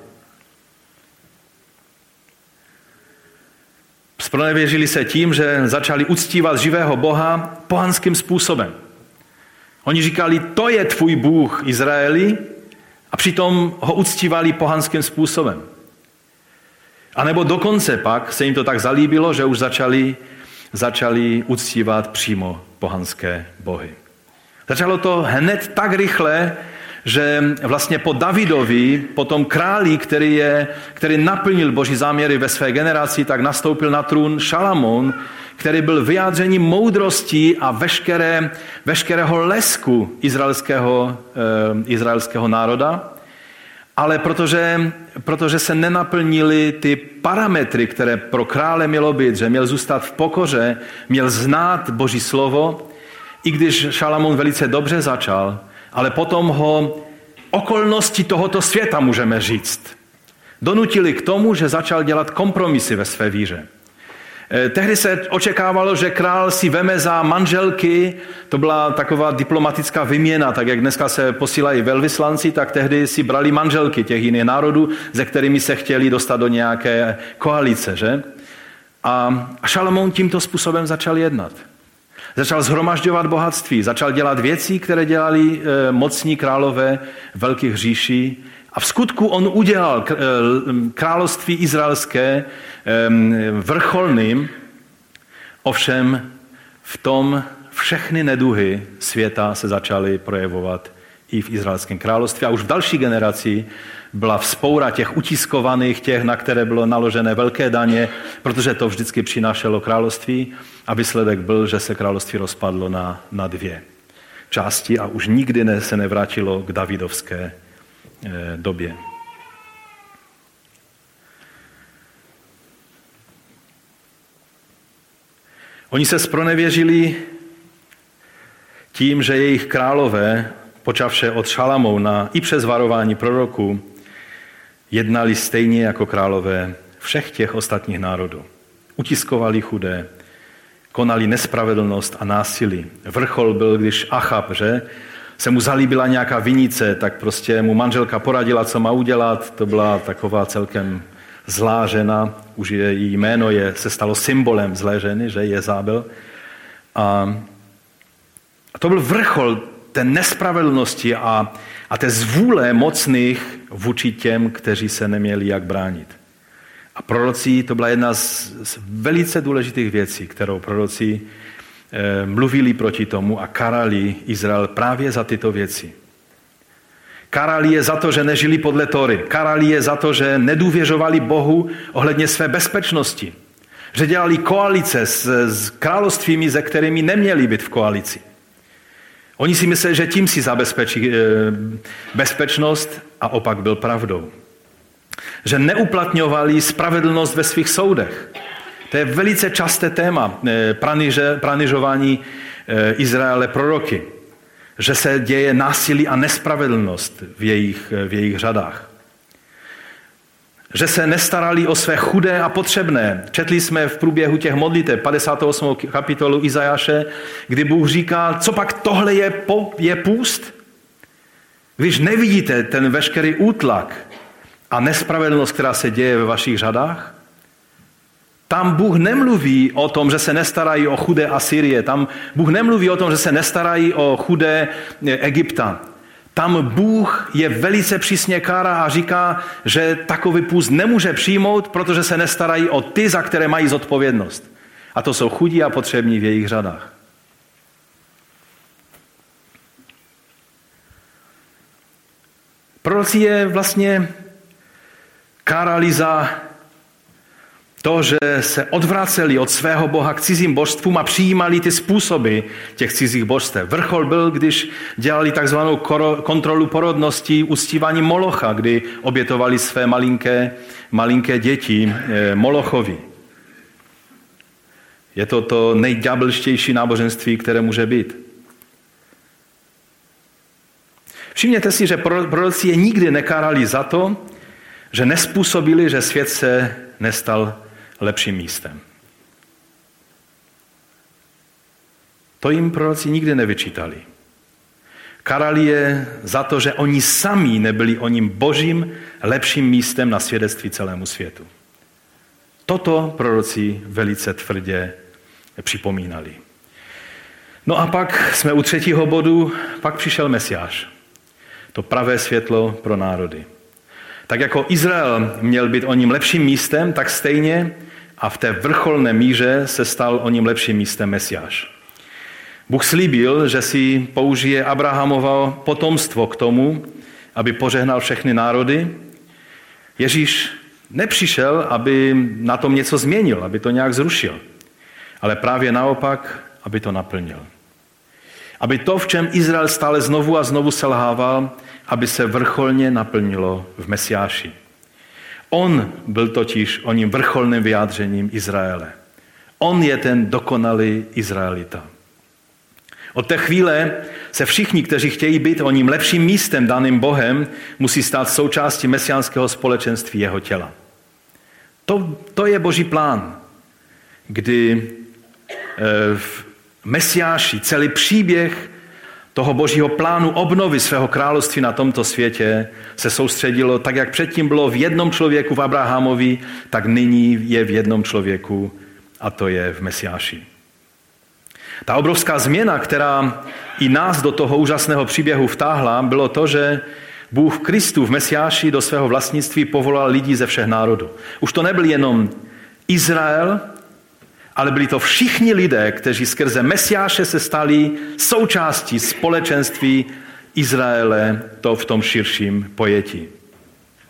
Zpronevěřili se tím, že začali uctívat živého Boha pohanským způsobem. Oni říkali, to je tvůj Bůh Izraeli, a přitom ho uctívali pohanským způsobem. A nebo dokonce pak se jim to tak zalíbilo, že už začali uctívat přímo pohanské bohy. Začalo to hned tak rychle, že vlastně po Davidovi, po tom králi, který naplnil Boží záměry ve své generaci, tak nastoupil na trůn Šalamón, který byl vyjádřením moudrosti a veškerého lesku izraelského národa, ale protože se nenaplnily ty parametry, které pro krále mělo být, že měl zůstat v pokoře, měl znát Boží slovo, i když Šalamón velice dobře začal, ale potom ho okolnosti tohoto světa, můžeme říct, donutili k tomu, že začal dělat kompromisy ve své víře. Tehdy se očekávalo, že král si veme za manželky, to byla taková diplomatická výměna, tak jak dneska se posílají velvyslanci, tak tehdy si brali manželky těch jiných národů, se kterými se chtěli dostat do nějaké koalice, že? A Šalamón tímto způsobem začal jednat. Začal shromažďovat bohatství, začal dělat věci, které dělali mocní králové velkých říší. A v skutku on udělal království izraelské vrcholným, ovšem v tom všechny neduhy světa se začaly projevovat i v izraelském království. A už v další generaci byla vzpoura těch utiskovaných, těch, na které bylo naložené velké daně, protože to vždycky přinášelo království a výsledek byl, že se království rozpadlo na dvě části a už nikdy se nevrátilo k davidovské době. Oni se zpronevěřili tím, že jejich králové, počavše od Šalamouna i přes varování proroků, jednali stejně jako králové všech těch ostatních národů. Utiskovali chudé, konali nespravedlnost a násilí. Vrchol byl, když Achab, že se mu zalíbila nějaká vinice, tak prostě mu manželka poradila, co má udělat. To byla taková celkem zlá žena, už její jméno se stalo symbolem zlé ženy, že Jezabel. A to byl vrchol té nespravedlnosti a té zvůle mocných vůči těm, kteří se neměli jak bránit. A proroci, to byla jedna z velice důležitých věcí, kterou proroci mluvili proti tomu a karali Izrael právě za tyto věci. Karali je za to, že nežili podle Tory. Karali je za to, že nedůvěřovali Bohu ohledně své bezpečnosti. Že dělali koalice s královstvími, se kterými neměli být v koalici. Oni si mysleli, že tím si zabezpečí bezpečnost a opak byl pravdou. Že neuplatňovali spravedlnost ve svých soudech. To je velice časté téma pranižování Izraele proroky. Že se děje násilí a nespravedlnost v jejich řadách. Že se nestarali o své chudé a potřebné. Četli jsme v průběhu těch modliteb 58. kapitolu Izajáše, kdy Bůh říká, co pak tohle je půst? Když nevidíte ten veškerý útlak a nespravedlnost, která se děje ve vašich řadách, tam Bůh nemluví o tom, že se nestarají o chudé Asyrie. Tam Bůh nemluví o tom, že se nestarají o chudé Egypta. Tam Bůh je velice přísně kára a říká, že takový půst nemůže přijmout, protože se nestarají o ty, za které mají zodpovědnost. A to jsou chudí a potřební v jejich řadách. Proroci je vlastně kárali za to, že se odvraceli od svého Boha k cizím božstvům a přijímali ty způsoby těch cizích božstev. Vrchol byl, když dělali takzvanou kontrolu porodnosti uctíváním Molocha, kdy obětovali své malinké děti Molochovi. Je to nejďábelštější náboženství, které může být. Všimněte si, že proroci je nikdy nekárali za to, že nespůsobili, že svět se nestal lepším místem. To jim proroci nikdy nevyčítali. Karali je za to, že oni sami nebyli oním božím lepším místem na svědectví celému světu. Toto proroci velice tvrdě připomínali. No a pak jsme u třetího bodu, pak přišel Mesiáš. To pravé světlo pro národy. Tak jako Izrael měl být o ním lepším místem, tak stejně a v té vrcholné míře se stal o ním lepším místem Mesiáš. Bůh slíbil, že si použije Abrahamovo potomstvo k tomu, aby požehnal všechny národy. Ježíš nepřišel, aby na tom něco změnil, aby to nějak zrušil, ale právě naopak, aby to naplnil. Aby to, v čem Izrael stále znovu a znovu selhával, aby se vrcholně naplnilo v Mesiáši. On byl totiž oním vrcholným vyjádřením Izraele. On je ten dokonalý Izraelita. Od té chvíle se všichni, kteří chtějí být oním lepším místem daným Bohem, musí stát součástí mesiánského společenství jeho těla. To je Boží plán, kdy v Mesiáši celý příběh toho Božího plánu obnovy svého království na tomto světě se soustředilo, tak jak předtím bylo v jednom člověku v Abrahamovi, tak nyní je v jednom člověku a to je v Mesiáši. Ta obrovská změna, která i nás do toho úžasného příběhu vtáhla, bylo to, že Bůh v Kristu v Mesiáši do svého vlastnictví povolal lidi ze všech národů. Už to nebyl jenom Izrael, ale byli to všichni lidé, kteří skrze Mesiáše se stali součástí společenství Izraele, to v tom širším pojetí.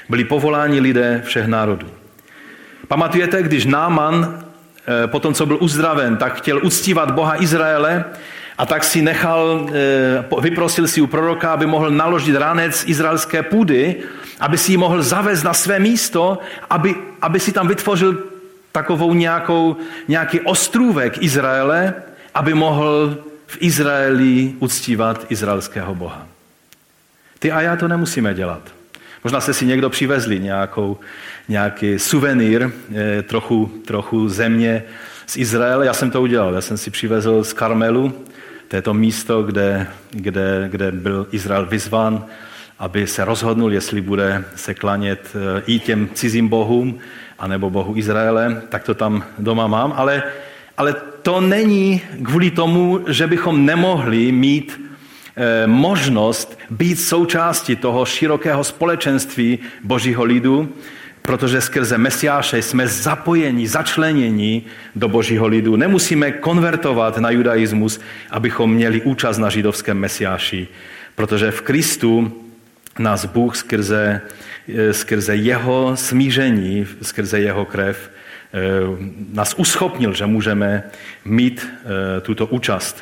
byli povoláni lidé všech národů. Pamatujete, když Náman, po tom, co byl uzdraven, tak chtěl uctívat Boha Izraele a tak si vyprosil si u proroka, aby mohl naložit ranec izraelské půdy, aby si ji mohl zavést na své místo, aby si tam vytvořil takovou nějaký ostrůvek Izraele, aby mohl v Izraeli uctívat izraelského Boha. Ty a já to nemusíme dělat. Možná jste si někdo přivezli nějaký suvenýr, trochu země z Izraele. Já jsem to udělal. Já jsem si přivezl z Karmelu, to je to místo, kde byl Izrael vyzván, aby se rozhodnul, jestli bude se klanět i těm cizím bohům, anebo Bohu Izraele, tak to tam doma mám. Ale to není kvůli tomu, že bychom nemohli mít možnost být součástí toho širokého společenství Božího lidu, protože skrze Mesiáše jsme zapojeni, začleněni do Božího lidu. Nemusíme konvertovat na judaismus, abychom měli účast na židovském Mesiáši, protože v Kristu nás Bůh skrze jeho smíření, skrze jeho krev nás uschopnil, že můžeme mít tuto účast.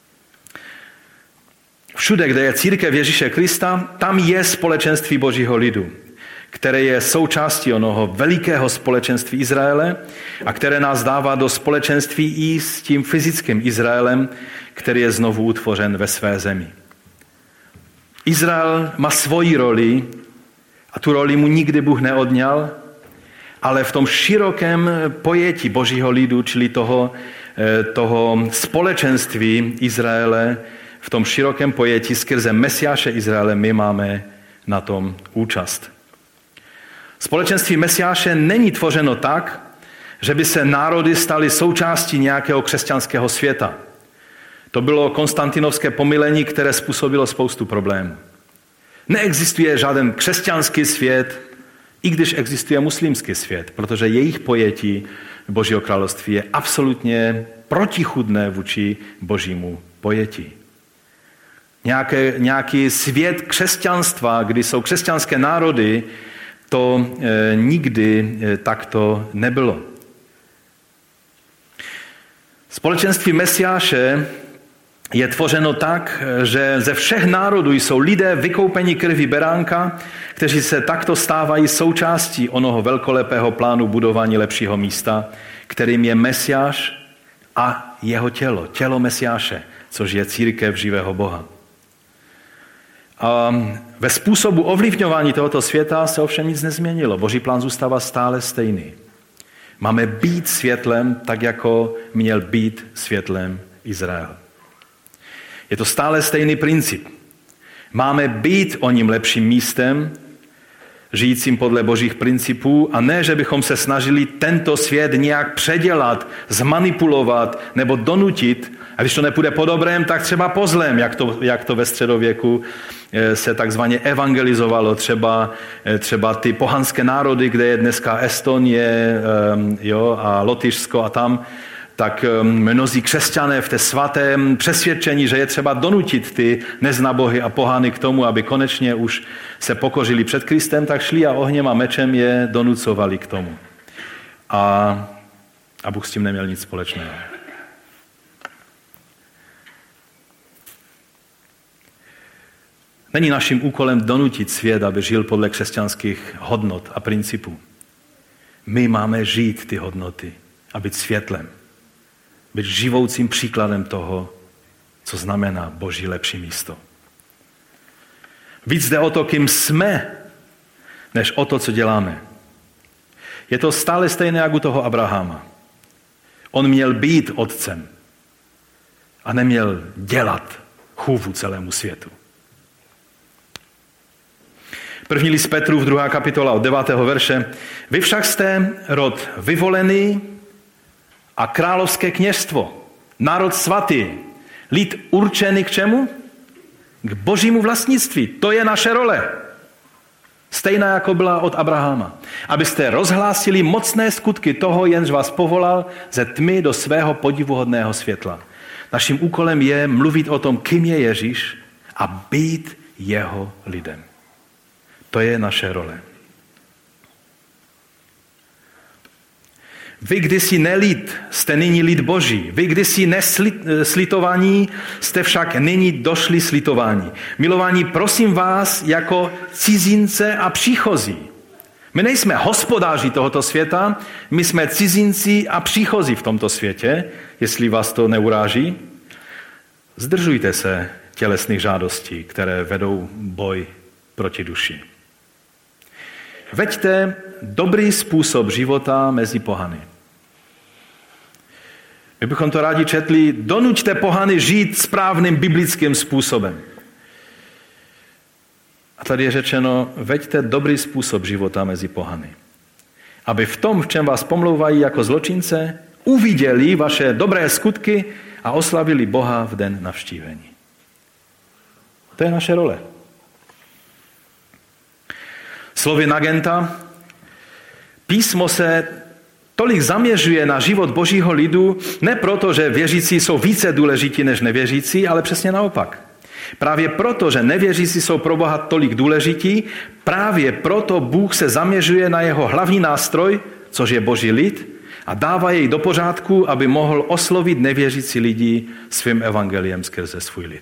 Všude, kde je církev Ježíše Krista, tam je společenství Božího lidu, které je součástí onoho velikého společenství Izraele a které nás dává do společenství i s tím fyzickým Izraelem, který je znovu utvořen ve své zemi. Izrael má svoji roli a tu roli mu nikdy Bůh neodňal, ale v tom širokém pojetí Božího lidu, čili toho společenství Izraele, v tom širokém pojetí skrze Mesiáše Izraele my máme na tom účast. Společenství Mesiáše není tvořeno tak, že by se národy staly součástí nějakého křesťanského světa. To bylo konstantinovské pomylení, které způsobilo spoustu problémů. Neexistuje žádný křesťanský svět, i když existuje muslimský svět, protože jejich pojetí Božího království je absolutně protichůdné vůči Božímu pojetí. Nějaký svět křesťanstva, kdy jsou křesťanské národy, to nikdy takto nebylo. Společenství Mesiáše je tvořeno tak, že ze všech národů jsou lidé vykoupeni krví beránka, kteří se takto stávají součástí onoho velkolepého plánu budování lepšího místa, kterým je Mesiáš a jeho tělo Mesiáše, což je církev živého Boha. A ve způsobu ovlivňování tohoto světa se ovšem nic nezměnilo. Boží plán zůstává stále stejný. Máme být světlem, tak jako měl být světlem Izrael. Je to stále stejný princip. Máme být o ním lepším místem, žijícím podle Božích principů, a ne, že bychom se snažili tento svět nějak předělat, zmanipulovat nebo donutit. A když to nepůjde po dobrém, tak třeba po zlém, jak to ve středověku se takzvaně evangelizovalo. Třeba ty pohanské národy, kde je dneska Estonie a Lotyšsko a tam, tak mnozí křesťané v té svatém přesvědčení, že je třeba donutit ty neznabohy a pohany k tomu, aby konečně už se pokořili před Kristem, tak šli a ohněm a mečem je donucovali k tomu. A Bůh s tím neměl nic společného. Není naším úkolem donutit svět, aby žil podle křesťanských hodnot a principů. My máme žít ty hodnoty a být světlem. Být živoucím příkladem toho, co znamená Boží lepší místo. Víc jde o to, kým jsme, než o to, co děláme. Je to stále stejné jak u toho Abrahama. On měl být otcem a neměl dělat chůvu celému světu. První list Petrův, 2. kapitola od 9. verše. Vy však jste rod vyvolený a královské kněžstvo, národ svatý, lid určený k čemu? K Božímu vlastnictví. To je naše role. Stejná, jako byla od Abrahama. Abyste rozhlásili mocné skutky toho, jenž vás povolal ze tmy do svého podivuhodného světla. Naším úkolem je mluvit o tom, kým je Ježíš a být jeho lidem. To je naše role. Vy kdysi nelid, jste nyní lid Boží. Vy kdysi neslitovaní, jste však nyní došli slitování. Milovaní, prosím vás jako cizince a příchozí. My nejsme hospodáři tohoto světa, my jsme cizinci a příchozí v tomto světě, jestli vás to neuráží. Zdržujte se tělesných žádostí, které vedou boj proti duši. Veďte dobrý způsob života mezi pohany. My bychom to rádi četli, donuťte pohany žít správným biblickým způsobem. A tady je řečeno, veďte dobrý způsob života mezi pohany. Aby v tom, v čem vás pomlouvají jako zločince, uviděli vaše dobré skutky a oslavili Boha v den navštívení. To je naše role. Slovy Nagenta, písmo se tolik zaměřuje na život Božího lidu, ne proto, že věřící jsou více důležití než nevěřící, ale přesně naopak. Právě proto, že nevěřící jsou pro Boha tolik důležití, právě proto Bůh se zaměřuje na jeho hlavní nástroj, což je Boží lid, a dává jej do pořádku, aby mohl oslovit nevěřící lidi svým evangeliem skrze svůj lid.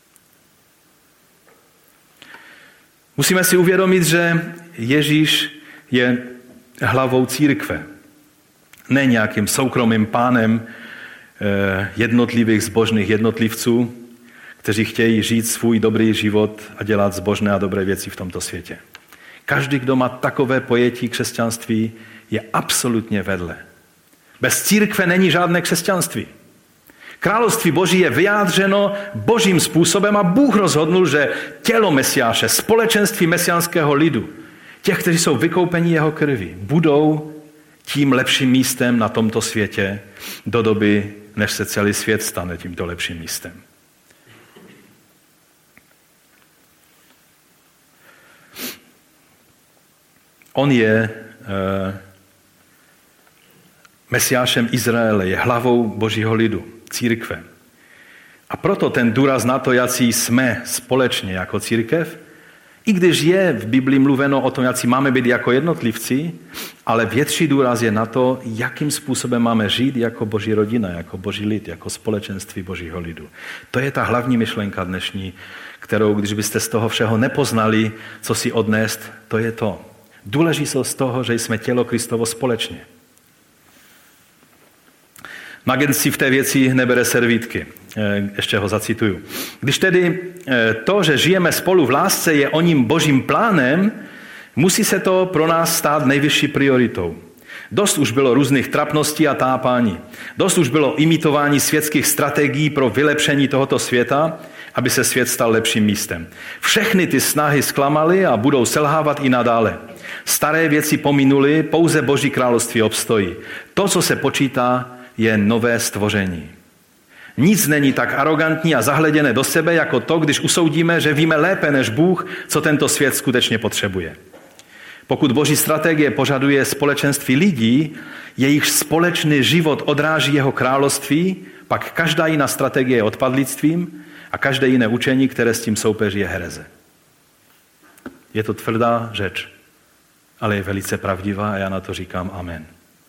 Musíme si uvědomit, že Ježíš je hlavou církve. Ne nějakým soukromým pánem jednotlivých zbožných jednotlivců, kteří chtějí žít svůj dobrý život a dělat zbožné a dobré věci v tomto světě. Každý, kdo má takové pojetí křesťanství, je absolutně vedle. Bez církve není žádné křesťanství. Království Boží je vyjádřeno Božím způsobem a Bůh rozhodnul, že tělo Mesiáše, společenství mesiánského lidu, těch, kteří jsou vykoupeni jeho krví, budou tím lepším místem na tomto světě do doby, než se celý svět stane tímto lepším místem. On je Mesiášem Izraele, je hlavou Božího lidu, církve. A proto ten důraz na to, jací jsme společně jako církev, i když je v Biblii mluveno o tom, jací máme být jako jednotlivci, ale větší důraz je na to, jakým způsobem máme žít jako Boží rodina, jako Boží lid, jako společenství Božího lidu. To je ta hlavní myšlenka dnešní, kterou, když byste z toho všeho nepoznali, co si odnést, to je to. Důležitost z toho, že jsme tělo Kristovo společně. Nagent si v té věci nebere servítky. Ještě ho zacituju. Když tedy to, že žijeme spolu v lásce, je o ním Božím plánem, musí se to pro nás stát nejvyšší prioritou. Dost už bylo různých trapností a tápání. Dost už bylo imitování světských strategií pro vylepšení tohoto světa, aby se svět stal lepším místem. Všechny ty snahy zklamaly a budou selhávat i nadále. Staré věci pominuly, pouze Boží království obstojí. To, co se počítá, je nové stvoření. Nic není tak arrogantní a zahleděné do sebe, jako to, když usoudíme, že víme lépe než Bůh, co tento svět skutečně potřebuje. Pokud Boží strategie požaduje společenství lidí, jejich společný život odráží jeho království, pak každá jiná strategie je odpadlictvím a každé jiné učení, které s tím soupeří, je hereze. Je to tvrdá řeč, ale je velice pravdivá a já na to říkám amen.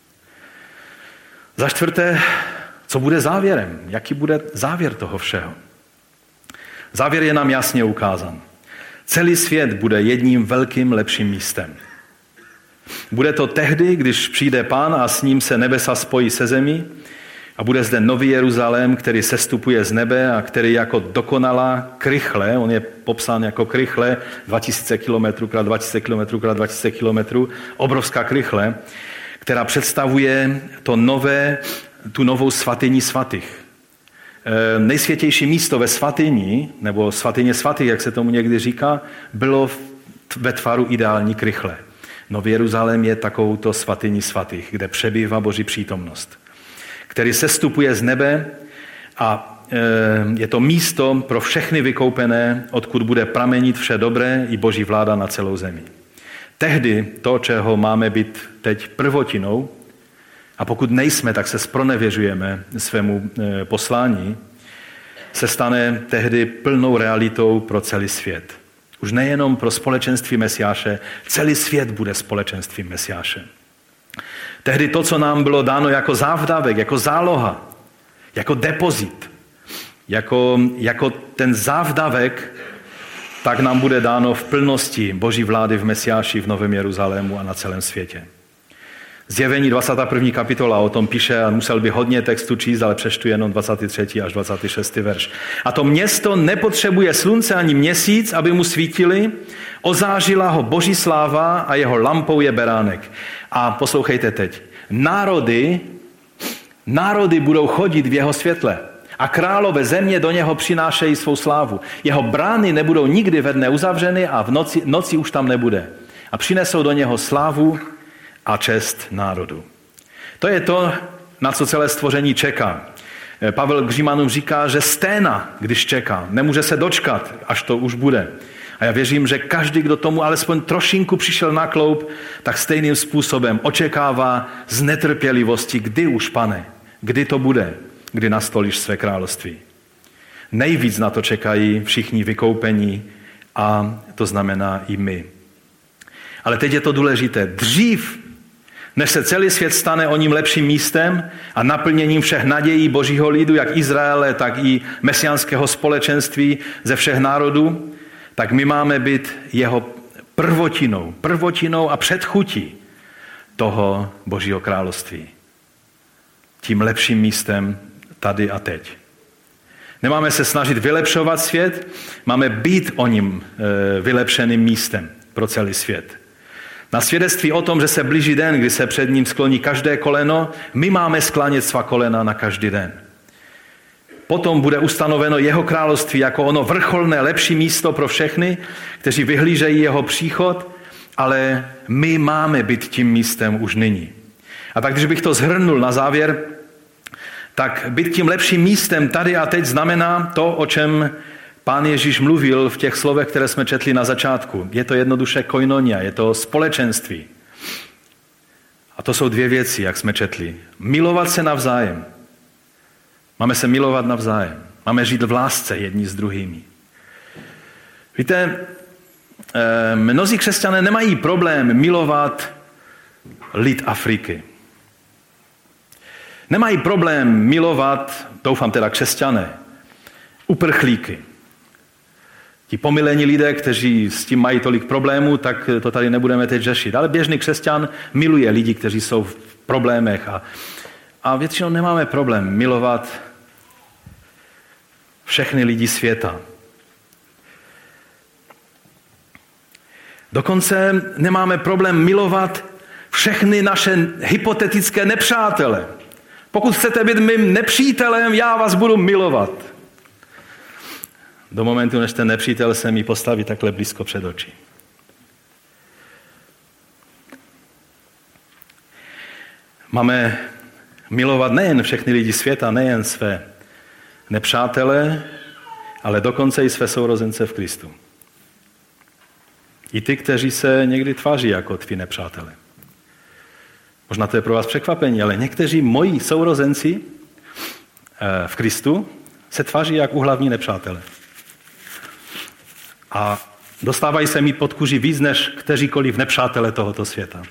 Za čtvrté, co bude závěrem? Jaký bude závěr toho všeho? Závěr je nám jasně ukázán. Celý svět bude jedním velkým lepším místem. Bude to tehdy, když přijde Pán a s ním se nebesa spojí se zemí a bude zde nový Jeruzalém, který sestupuje z nebe a který jako dokonalá krychle, on je popsán jako krychle 2000 km x 2000 km x 2000 km, obrovská krychle, která představuje tu novou svatyni svatých. Nejsvětější místo ve svatyni, nebo svatyně svatých, jak se tomu někdy říká, bylo ve tvaru ideální krychle. Nový Jeruzalém je takovouto svatyní svatých, kde přebývá Boží přítomnost, který sestupuje z nebe a je to místo pro všechny vykoupené, odkud bude pramenit vše dobré i Boží vláda na celou zemi. Tehdy to, čeho máme být teď prvotinou, a pokud nejsme, tak se zpronevěřujeme svému poslání, se stane tehdy plnou realitou pro celý svět. Už nejenom pro společenství Mesiáše, celý svět bude společenstvím Mesiáše. Tehdy to, co nám bylo dáno jako závdavek, jako záloha, jako depozit, jako ten závdavek, tak nám bude dáno v plnosti Boží vlády v Mesiáši, v Novém Jeruzalému a na celém světě. Zjevení 21. kapitola o tom píše, a musel by hodně textu číst, ale přečtu jenom 23. až 26. verš. A to město nepotřebuje slunce ani měsíc, aby mu svítili, ozářila ho Boží sláva a jeho lampou je beránek. A poslouchejte teď. Národy budou chodit v jeho světle a králové země do něho přinášejí svou slávu. Jeho brány nebudou nikdy ve dne uzavřeny a v noci už tam nebude. A přinesou do něho slávu a čest národu. To je to, na co celé stvoření čeká. Pavel k Římanům říká, že sténa, když čeká, nemůže se dočkat, až to už bude. A já věřím, že každý, kdo tomu alespoň trošinku přišel na kloup, tak stejným způsobem očekává z netrpělivosti, kdy už, Pane, kdy to bude, kdy nastolíš své království. Nejvíc na to čekají všichni vykoupení a to znamená i my. Ale teď je to důležité. Dřív, než se celý svět stane o ním lepším místem a naplněním všech nadějí Božího lidu, jak Izraele, tak i mesiánského společenství ze všech národů, tak my máme být jeho prvotinou a předchutí toho Božího království. Tím lepším místem tady a teď. Nemáme se snažit vylepšovat svět, máme být o ním vylepšeným místem pro celý svět. Na svědectví o tom, že se blíží den, kdy se před ním skloní každé koleno, my máme sklánět svá kolena na každý den. Potom bude ustanoveno jeho království jako ono vrcholné, lepší místo pro všechny, kteří vyhlížejí jeho příchod, ale my máme být tím místem už nyní. A tak, když bych to shrnul na závěr, tak být tím lepším místem tady a teď znamená to, o čem Pán Ježíš mluvil v těch slovech, které jsme četli na začátku. Je to jednoduše koinonia, je to společenství. A to jsou dvě věci, jak jsme četli. Milovat se navzájem. Máme se milovat navzájem. Máme žít v lásce jedni s druhými. Víte, mnozí křesťané nemají problém milovat lid Afriky. Nemají problém milovat, doufám teda křesťané, uprchlíky. Ti pomilení lidé, kteří s tím mají tolik problémů, tak to tady nebudeme teď řešit. Ale běžný křesťan miluje lidi, kteří jsou v problémech a většinou nemáme problém milovat všechny lidi světa. Dokonce nemáme problém milovat všechny naše hypotetické nepřátele. Pokud chcete být mým nepřítelem, já vás budu milovat. Do momentu, než ten nepřítel se mi postaví takhle blízko před oči. Máme milovat nejen všechny lidi světa, nejen své nepřátele, ale dokonce i své sourozence v Kristu. I ty, kteří se někdy tváří jako tví nepřátele. Možná to je pro vás překvapení, ale někteří moji sourozenci v Kristu se tváří jako hlavní nepřátele. A dostávají se mi pod kůži víc než kteříkoliv nepřátele tohoto světa.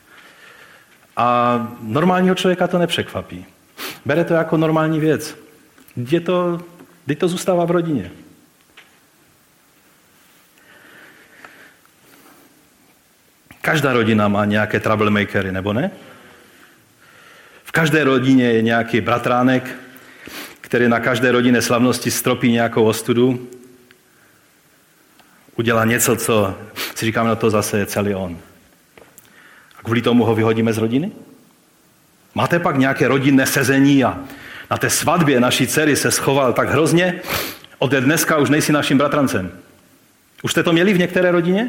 A normálního člověka to nepřekvapí. Bere to jako normální věc. Vždyť to zůstává v rodině. Každá rodina má nějaké troublemakery, nebo ne? V každé rodině je nějaký bratránek, který na každé rodinné slavnosti stropí nějakou ostudu, udělá něco, co si říkáme, no to zase je celý on. A kvůli tomu ho vyhodíme z rodiny? Máte pak nějaké rodinné sezení a na té svatbě naší dcery se schoval tak hrozně, od dneska už nejsi naším bratrancem. Už jste to měli v některé rodině?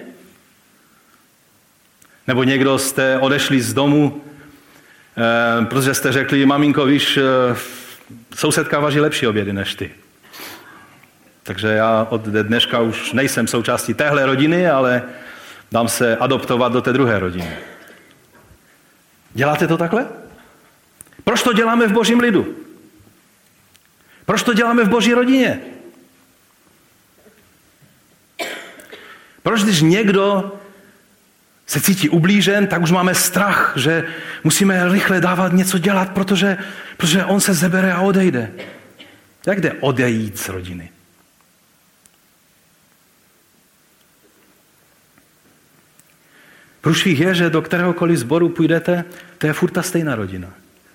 Nebo někdo jste odešli z domu, protože jste řekli, maminko, víš, sousedka vaří lepší obědy než ty. Takže já od dneška už nejsem součástí téhle rodiny, ale dám se adoptovat do té druhé rodiny. Děláte to takhle? Proč to děláme v Božím lidu? Proč to děláme v Boží rodině? Proč, když někdo se cítí ublížen, tak už máme strach, že musíme rychle dávat něco dělat, protože on se zebere a odejde. Jak jde odejít z rodiny? Průšvih je, že do kteréhokoliv sboru půjdete, to je furt ta stejná rodina.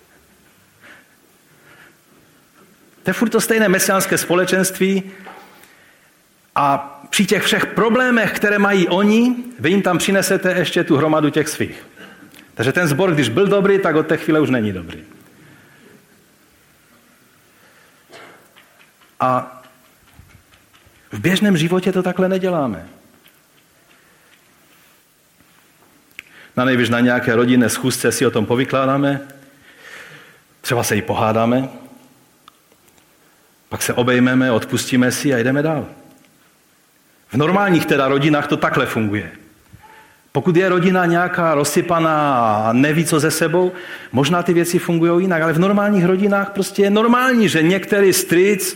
To je furt to stejné mesiánské společenství a při těch všech problémech, které mají oni, vy jim tam přinesete ještě tu hromadu těch svých. Takže ten sbor, když byl dobrý, tak od té chvíle už není dobrý. A v běžném životě to takhle neděláme. Nanejvyš na nějaké rodinné schůzce si o tom povykládáme, třeba se i pohádáme, pak se obejmeme, odpustíme si a jdeme dál. V normálních teda rodinách to takhle funguje. Pokud je rodina nějaká rozsypaná a neví, co ze sebou, možná ty věci fungují jinak, ale v normálních rodinách prostě je normální, že některý strýc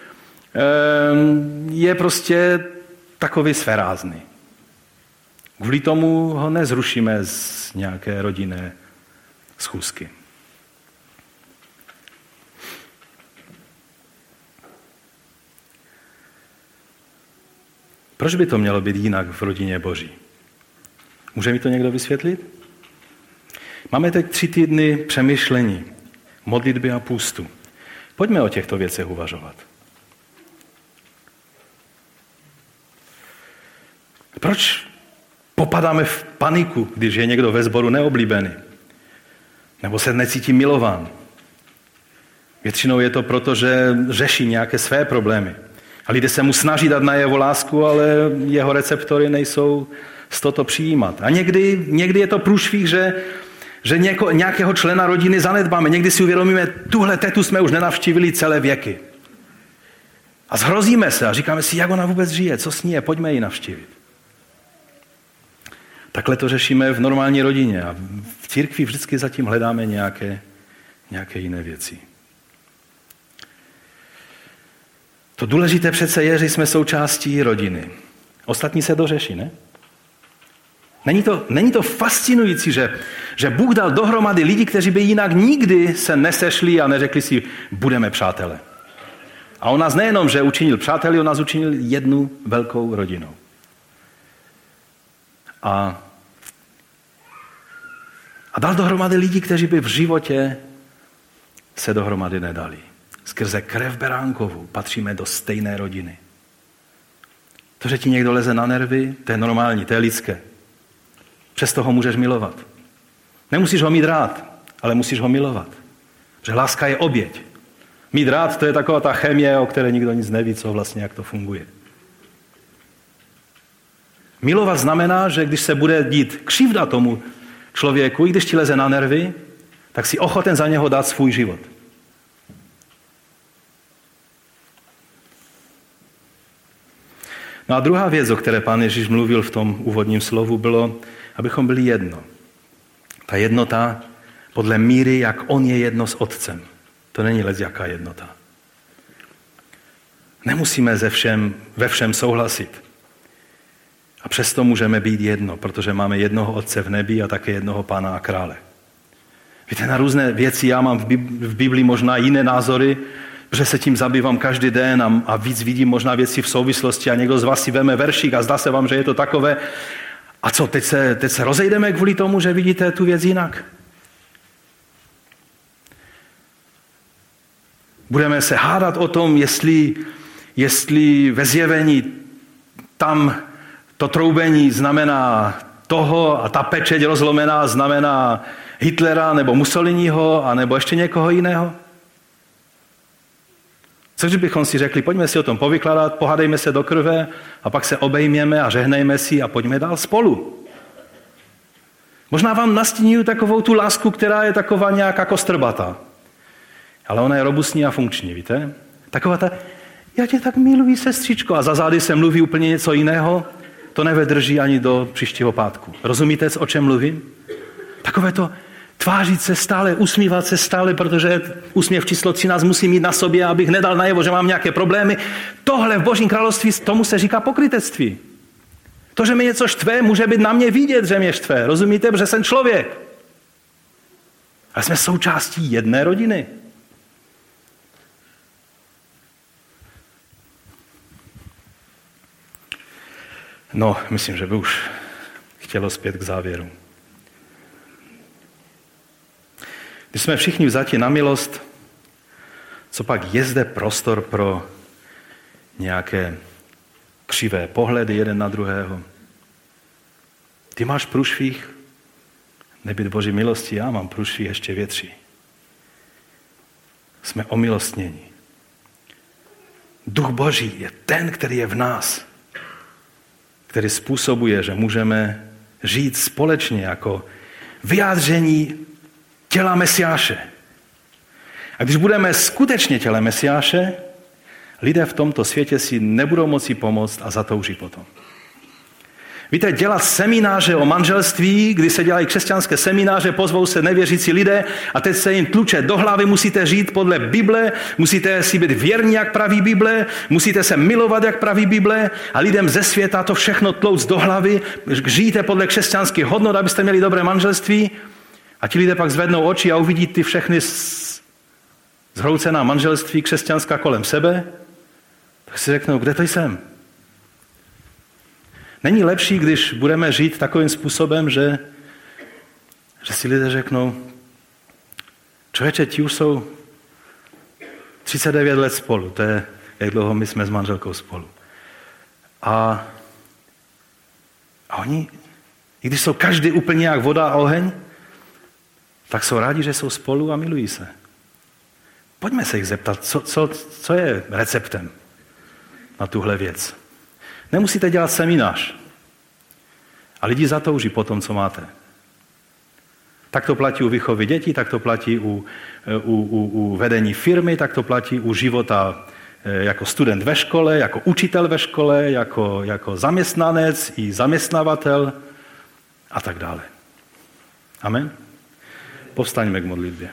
je prostě takový svérázný. Kvůli tomu ho nezrušíme z nějaké rodinné schůzky. Proč by to mělo být jinak v rodině Boží? Může mi to někdo vysvětlit? Máme teď 3 týdny přemýšlení, modlitby a půstu. Pojďme o těchto věcech uvažovat. Proč popadáme v paniku, když je někdo ve sboru neoblíbený? Nebo se necítí milován? Většinou je to proto, že řeší nějaké své problémy. A lidé se mu snaží dát najevo lásku, ale jeho receptory nejsou z toho přijímat. A někdy je to průšvih, že nějakého člena rodiny zanedbáme. Někdy si uvědomíme, tuhle tetu jsme už nenavštívili celé věky. A zhrozíme se a říkáme si, jak ona vůbec žije, co s ní je, pojďme ji navštívit. Takhle to řešíme v normální rodině a v církvi vždycky zatím hledáme nějaké jiné věci. To důležité přece je, že jsme součástí rodiny. Ostatní se dořeší, ne? Není to fascinující, že Bůh dal dohromady lidi, kteří by jinak nikdy se nesešli a neřekli si, budeme přátelé. A on nás nejenom, že učinil přáteli, on nás učinil jednu velkou rodinou. A dal dohromady lidi, kteří by v životě se dohromady nedali. Skrze krev beránkovou patříme do stejné rodiny. To, že ti někdo leze na nervy, to je normální, to je lidské. Přesto ho můžeš milovat. Nemusíš ho mít rád, ale musíš ho milovat. Protože láska je oběť. Mít rád, to je taková ta chemie, o které nikdo nic neví, co vlastně, jak to funguje. Milovat znamená, že když se bude dít křivda tomu člověku, i když ti leze na nervy, tak si ochoten za něho dát svůj život. No a druhá věc, o které Pán Ježíš mluvil v tom úvodním slovu, bylo, abychom byli jedno. Ta jednota podle míry, jak on je jedno s Otcem. To není jaká jednota. Nemusíme ve všem souhlasit. A přesto můžeme být jedno, protože máme jednoho Otce v nebi a také jednoho Pána a Krále. Víte, na různé věci já mám v Biblii možná jiné názory, protože se tím zabývám každý den a víc vidím možná věci v souvislosti a někdo z vás si veme veršík a zdá se vám, že je to takové. A co, teď se rozejdeme kvůli tomu, že vidíte tu věc jinak? Budeme se hádat o tom, jestli ve zjevení tam to troubení znamená toho a ta pečeť rozlomená znamená Hitlera nebo Mussoliniho a nebo ještě někoho jiného? Co kdybychom si řekli, pojďme si o tom povykládat, pohádejme se do krve a pak se obejměme a žehnejme si a pojďme dál spolu. Možná vám nastínuju takovou tu lásku, která je taková nějaká kostrbatá. Ale ona je robustní a funkční, víte? Taková ta, já tě tak miluji, sestřičko, a za zády se mluví úplně něco jiného, to nevydrží ani do příštího pátku. Rozumíte, o čem mluvím? Takové to tvářit se stále, usmívat se stále, protože úsměv číslo 13 musím mít na sobě, abych nedal najevo, že mám nějaké problémy. Tohle v Božím království, tomu se říká pokrytectví. To, že mě něco štve, může být na mě vidět, že mě štve. Rozumíte? Protože jsem člověk. Ale jsme součástí jedné rodiny. No, myslím, že by už chtělo zpět k závěru. Když jsme všichni vzati na milost, co pak je zde prostor pro nějaké křivé pohledy jeden na druhého? Ty máš průšvih, nebyt Boží milosti, já mám průšvih ještě větší. Jsme omilostněni. Duch Boží je ten, který je v nás, který způsobuje, že můžeme žít společně jako vyjádření těla Mesiáše. A když budeme skutečně tělem Mesiáše, lidé v tomto světě si nebudou moci pomoct a zatouží potom. Víte, dělat semináře o manželství, kdy se dělají křesťanské semináře, pozvou se nevěřící lidé a teď se jim tluče do hlavy, musíte žít podle Bible, musíte si být věrní, jak praví Bible, musíte se milovat, jak praví Bible a lidem ze světa to všechno tlouc do hlavy, žijte podle křesťanských hodnot, abyste měli dobré manželství a ti lidé pak zvednou oči a uvidí ty všechny zhroucená manželství křesťanská kolem sebe, tak si řeknou, kde to jsem? Není lepší, když budeme žít takovým způsobem, že si lidé řeknou, člověče, ti už jsou 39 let spolu, to je, jak dlouho my jsme s manželkou spolu. A oni, i když jsou každý úplně jak voda a oheň, tak jsou rádi, že jsou spolu a milují se. Pojďme se jich zeptat, co je receptem na tuhle věc. Nemusíte dělat seminář. A lidi zatouží po tom, co máte. Tak to platí u výchovy dětí, tak to platí u vedení firmy, tak to platí u života jako student ve škole, jako učitel ve škole, jako zaměstnanec i zaměstnavatel a tak dále. Amen? Povstaňme k modlitbě.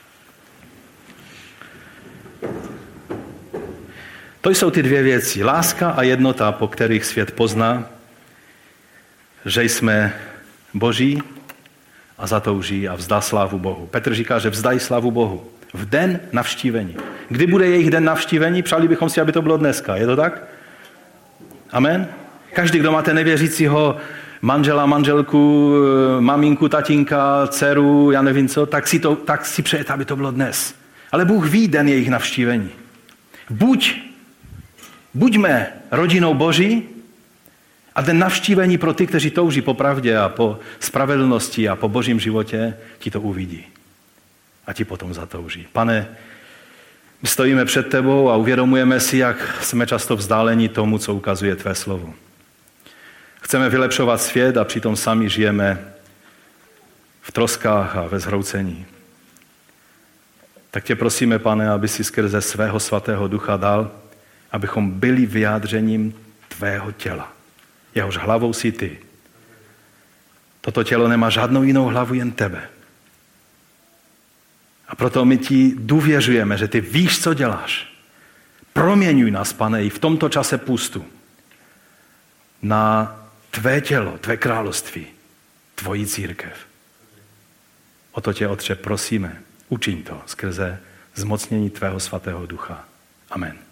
To jsou ty dvě věci. Láska a jednota, po kterých svět pozná, že jsme Boží a zatouží a vzdá slávu Bohu. Petr říká, že vzdají slávu Bohu. V den navštívení. Kdy bude jejich den navštívení? Přáli bychom si, aby to bylo dneska. Je to tak? Amen? Každý, kdo máte nevěřícího manžela, manželku, maminku, tatínka, dceru, já nevím co, tak si přejete, aby to bylo dnes. Ale Bůh ví den jejich navštívení. Buďme rodinou Boží a den navštívení pro ty, kteří touží po pravdě a po spravedlnosti a po Božím životě, ti to uvidí. A ti potom zatouží. Pane, my stojíme před tebou a uvědomujeme si, jak jsme často vzdáleni tomu, co ukazuje tvé slovo. Chceme vylepšovat svět a přitom sami žijeme v troskách a ve zhroucení. Tak tě prosíme, Pane, aby si skrze svého svatého ducha dal, abychom byli vyjádřením tvého těla. Jehož hlavou jsi ty. Toto tělo nemá žádnou jinou hlavu, jen tebe. A proto my ti důvěřujeme, že ty víš, co děláš. Proměňuj nás, Pane, i v tomto čase půstu na tvé tělo, tvé království, tvoji církev. O to tě, Otče, prosíme. Učiň to skrze zmocnění tvého svatého ducha. Amen.